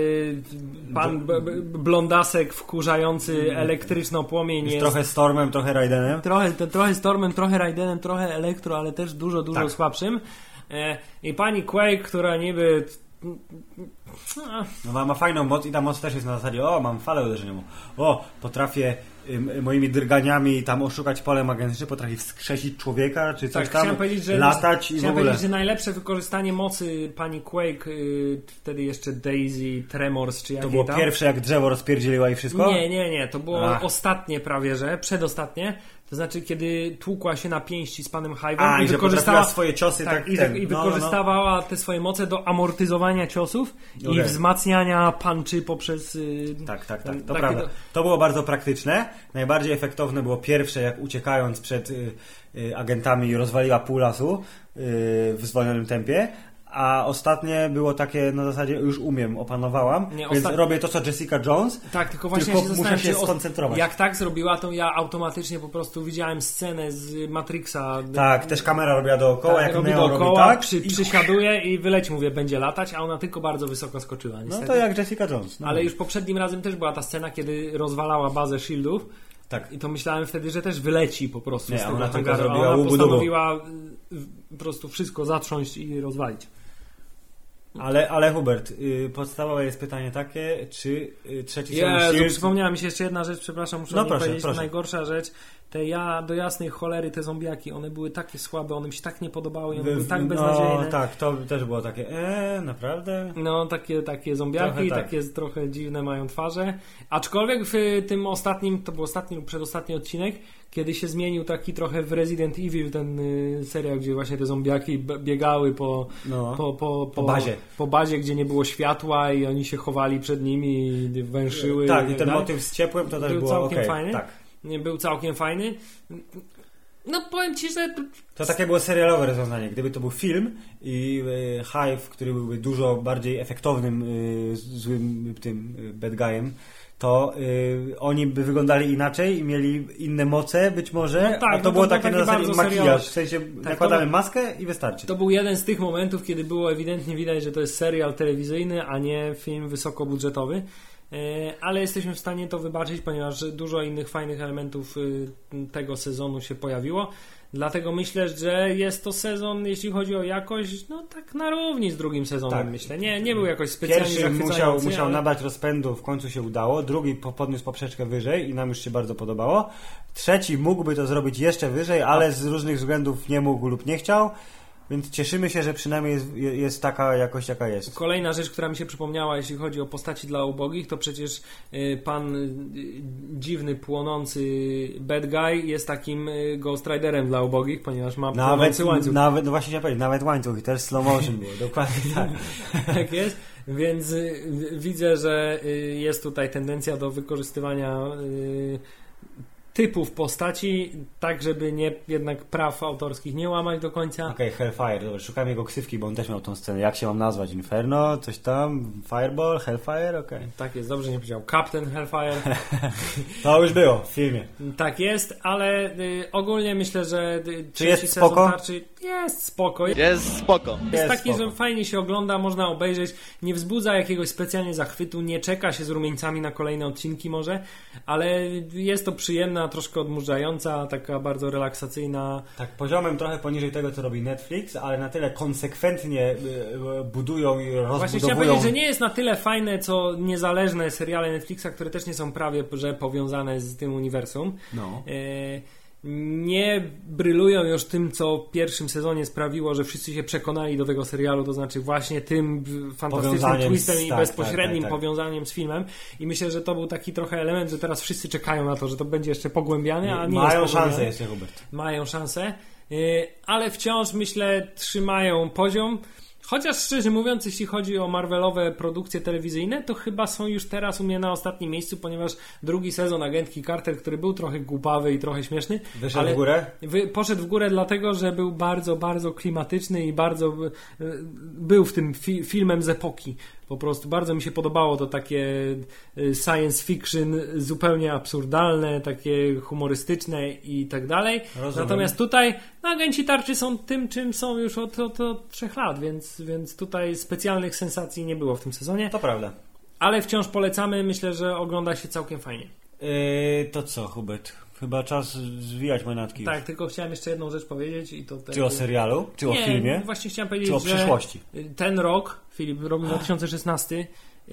blondasek wkurzający elektryczną płomień jest trochę Stormem, trochę Raidenem. Trochę Stormem, trochę Raidenem, trochę Elektro, ale też dużo słabszym. I pani Quake, która niby no ma fajną moc i ta moc też jest na zasadzie mam falę uderzeniową. Potrafię moimi drganiami tam oszukać pole magnetyczne, potrafi wskrzesić człowieka, czy coś tam, latać i w ogóle. Chciałem powiedzieć, że najlepsze wykorzystanie mocy pani Quake, wtedy jeszcze Daisy, Tremors, czy jakieś to było tam. Pierwsze, jak drzewo rozpierdzieliła i wszystko? Nie, to było ostatnie prawie, że przedostatnie. To znaczy, kiedy tłukła się na pięści z panem Hive'em i wykorzystała swoje ciosy i wykorzystała te swoje moce do amortyzowania ciosów i wzmacniania punczy poprzez... Tak, to prawda. To było bardzo praktyczne. Najbardziej efektowne było pierwsze, jak uciekając przed agentami rozwaliła pół lasu w zwolnionym tempie. A ostatnie było takie na zasadzie już opanowałam, więc robię to, co Jessica Jones. Tak, tylko właśnie muszę się skoncentrować. Jak tak zrobiła, to ja automatycznie po prostu widziałem scenę z Matrixa. Tak, też kamera robiła dookoła, jak robi dookoła, przysiaduje i wyleci, mówię, będzie latać, a ona tylko bardzo wysoko skoczyła. Niestety. No to jak Jessica Jones. Ale już poprzednim razem też była ta scena, kiedy rozwalała bazę shieldów. Tak. I to myślałem wtedy, że też wyleci po prostu z tego ona hangaru. Ona postanowiła po prostu wszystko zatrząść i rozwalić. Ale Hubert, podstawowe jest pytanie takie, czy trzeci sezon przypomniała mi się jeszcze jedna rzecz, przepraszam, muszę powiedzieć, proszę. Najgorsza rzecz, do jasnej cholery te zombiaki, one były takie słabe, one mi się tak nie podobały, one były tak beznadziejne. No tak, to też było takie, naprawdę? No, takie zombiaki, takie trochę dziwne mają twarze, aczkolwiek w tym ostatnim, to był ostatni lub przedostatni odcinek, kiedy się zmienił taki trochę w Resident Evil ten serial, gdzie właśnie te zombiaki biegały po bazie. Po bazie, gdzie nie było światła i oni się chowali przed nimi i węszyły. Tak, i ten motyw z ciepłem to też było całkiem fajny. Tak. Był całkiem fajny. No powiem Ci, że... To takie było serialowe rozwiązanie. Gdyby to był film i Hive, który byłby dużo bardziej efektownym złym tym bad guyem, to oni by wyglądali inaczej i mieli inne moce być może, no tak, a to było takie na zasadzie makijaż, serialowe. w sensie tak, nakładamy maskę i wystarczy. To był jeden z tych momentów, kiedy było ewidentnie widać, że to jest serial telewizyjny, a nie film wysokobudżetowy. Ale jesteśmy w stanie to wybaczyć, ponieważ dużo innych fajnych elementów tego sezonu się pojawiło. Dlatego myślę, że jest to sezon, jeśli chodzi o jakość, no tak na równi z drugim sezonem, tak. Myślę. Nie był jakoś specjalnie zachwycający. Musiał nabrać rozpędu, w końcu się udało. Drugi podniósł poprzeczkę wyżej i nam już się bardzo podobało. Trzeci mógłby to zrobić jeszcze wyżej, ale z różnych względów nie mógł lub nie chciał. Więc cieszymy się, że przynajmniej jest taka jakość, jaka jest. Kolejna rzecz, która mi się przypomniała, jeśli chodzi o postaci dla ubogich, to przecież pan dziwny, płonący bad guy jest takim Ghost Riderem dla ubogich, ponieważ ma płonący łańcuch. No właśnie chciałem powiedzieć, nawet łańcuch i też slow motion było, dokładnie tak. Tak jest, więc widzę, że jest tutaj tendencja do wykorzystywania typów postaci, tak żeby jednak praw autorskich nie łamać do końca. Okej, Hellfire, dobra, szukam jego ksywki, bo on też miał tą scenę. Jak się mam nazwać? Inferno? Coś tam? Fireball? Hellfire? Okej. Tak jest, dobrze nie powiedział. Captain Hellfire. To już było w filmie. Tak jest, ale ogólnie myślę, że czy jest spoko? Jest spoko. Jest spoko. Jest taki, spoko. Że fajnie się ogląda, można obejrzeć, nie wzbudza jakiegoś specjalnie zachwytu, nie czeka się z rumieńcami na kolejne odcinki może, ale jest to przyjemna, troszkę odmurzająca, taka bardzo relaksacyjna. Tak, poziomem trochę poniżej tego, co robi Netflix, ale na tyle konsekwentnie budują i rozbudowują. Właśnie chciałem powiedzieć, że nie jest na tyle fajne, co niezależne seriale Netflixa, które też nie są prawie że powiązane z tym uniwersum. No. Nie brylują już tym, co w pierwszym sezonie sprawiło, że wszyscy się przekonali do tego serialu, to znaczy właśnie tym fantastycznym twistem i bezpośrednim powiązaniem z filmem. I myślę, że to był taki trochę element, że teraz wszyscy czekają na to, że to będzie jeszcze pogłębiane, a nie mają jest szansę jeszcze, Hubert. Mają szansę, ale wciąż myślę trzymają poziom. Chociaż szczerze mówiąc, jeśli chodzi o Marvelowe produkcje telewizyjne, to chyba są już teraz u mnie na ostatnim miejscu, ponieważ drugi sezon Agentki Carter, który był trochę głupawy i trochę śmieszny, wyszedł w górę? Poszedł w górę dlatego, że był bardzo, bardzo klimatyczny i bardzo był w tym filmem z epoki. Po prostu bardzo mi się podobało to takie science fiction zupełnie absurdalne, takie humorystyczne i tak dalej. Rozumiem. Natomiast tutaj Agenci Tarczy są tym, czym są już od 3 lat, więc tutaj specjalnych sensacji nie było w tym sezonie. To prawda. Ale wciąż polecamy, myślę, że ogląda się całkiem fajnie. To co, Hubert? Chyba czas zwijać manatki. Tak, tylko chciałem jeszcze jedną rzecz powiedzieć. I to czy o serialu? Czy o filmie? Właśnie chciałem powiedzieć, czy o przyszłości? Ten rok, rok 2016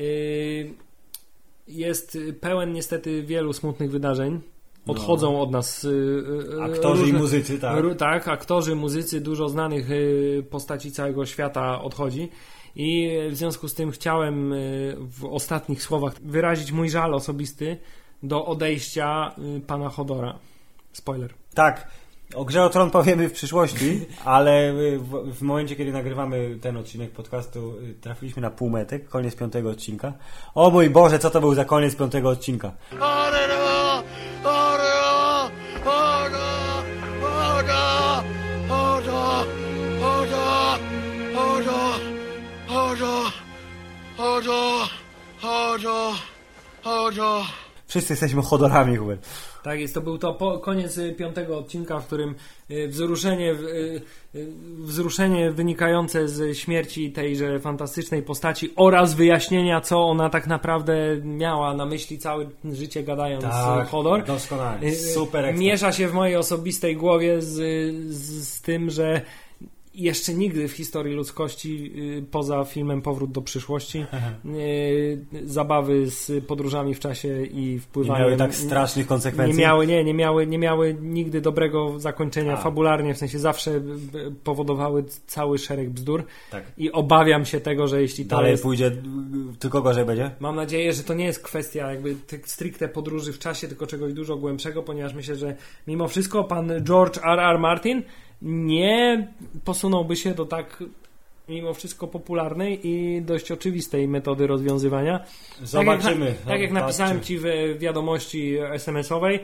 jest pełen niestety wielu smutnych wydarzeń. Odchodzą od nas aktorzy i muzycy, tak? Tak, aktorzy, muzycy, dużo znanych postaci całego świata odchodzi. I w związku z tym chciałem w ostatnich słowach wyrazić mój żal osobisty do odejścia pana Hodora. Spoiler. Tak, o Grze o Tron powiemy w przyszłości, ale w momencie, kiedy nagrywamy ten odcinek podcastu, trafiliśmy na półmetek, koniec 5. odcinka. O mój Boże, co to był za koniec 5. odcinka? Wszyscy jesteśmy Hodorami, Hubert. Tak jest, to był koniec 5. odcinka, w którym wzruszenie wynikające z śmierci tejże fantastycznej postaci oraz wyjaśnienia, co ona tak naprawdę miała na myśli całe życie gadając Hodor. Doskonale, super ekstra. Miesza się w mojej osobistej głowie z tym, że jeszcze nigdy w historii ludzkości, poza filmem Powrót do przyszłości, zabawy z podróżami w czasie i wpływaniem... Nie miały tak strasznych konsekwencji? Nie miały nigdy dobrego zakończenia fabularnie, w sensie zawsze powodowały cały szereg bzdur. Tak. I obawiam się tego, że jeśli to dalej pójdzie, tylko gorzej będzie? Mam nadzieję, że to nie jest kwestia jakby stricte podróży w czasie, tylko czegoś dużo głębszego, ponieważ myślę, że mimo wszystko pan George R.R. Martin nie posunąłby się do tak mimo wszystko popularnej i dość oczywistej metody rozwiązywania. Zobaczymy. Tak jak napisałem Ci w wiadomości SMS-owej,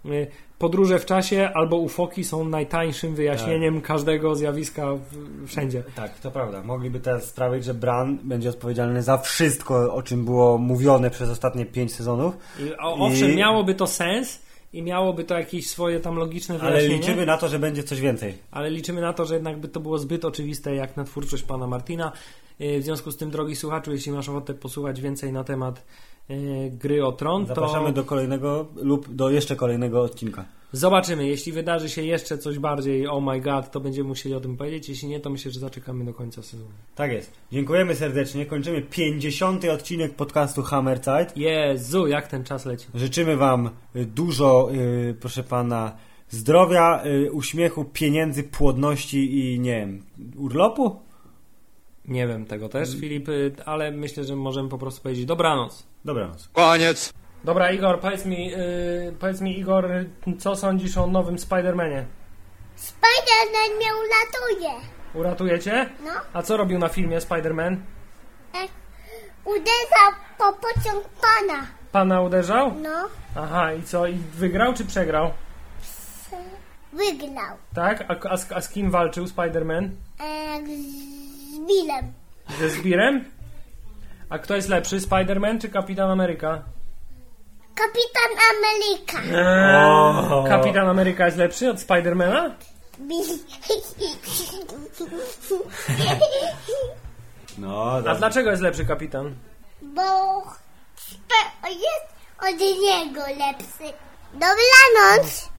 podróże w czasie albo ufoki są najtańszym wyjaśnieniem każdego zjawiska wszędzie. Tak, to prawda. Mogliby teraz sprawić, że Bran będzie odpowiedzialny za wszystko, o czym było mówione przez ostatnie 5 sezonów. Owszem, miałoby to sens i miałoby to jakieś swoje tam logiczne wyjaśnienie. Ale liczymy na to, że będzie coś więcej. Ale liczymy na to, że jednak by to było zbyt oczywiste jak na twórczość pana Martina. W związku z tym, drogi słuchaczu, jeśli masz ochotę posłuchać więcej na temat Gry o Tron, zapraszamy do kolejnego lub do jeszcze kolejnego odcinka. Zobaczymy. Jeśli wydarzy się jeszcze coś bardziej oh my god, to będziemy musieli o tym powiedzieć. Jeśli nie, to myślę, że zaczekamy do końca sezonu. Tak jest. Dziękujemy serdecznie. Kończymy 50. odcinek podcastu Hammerzeit. Jezu, jak ten czas leci. Życzymy wam dużo, proszę pana, zdrowia, uśmiechu, pieniędzy, płodności i nie wiem, urlopu? Nie wiem tego też, Filip, ale myślę, że możemy po prostu powiedzieć dobranoc. Dobranoc. Koniec. Dobra, Igor, powiedz mi, Igor, co sądzisz o nowym Spider-Manie? Spider-Man mnie uratuje. Uratuje cię? No. A co robił na filmie Spider-Man? Uderzał po pociąg pana. Pana uderzał? No. Aha, i co? I wygrał czy przegrał? Wygrał. Tak? A z kim walczył Spider-Man? Z Billem. Ze Zbirem? A kto jest lepszy, Spider-Man czy Kapitan Ameryka? Kapitan Ameryka. Kapitan Ameryka jest lepszy od Spider-Mana? No, a dlaczego jest lepszy kapitan? Bo jest od niego lepszy. Dobranoc.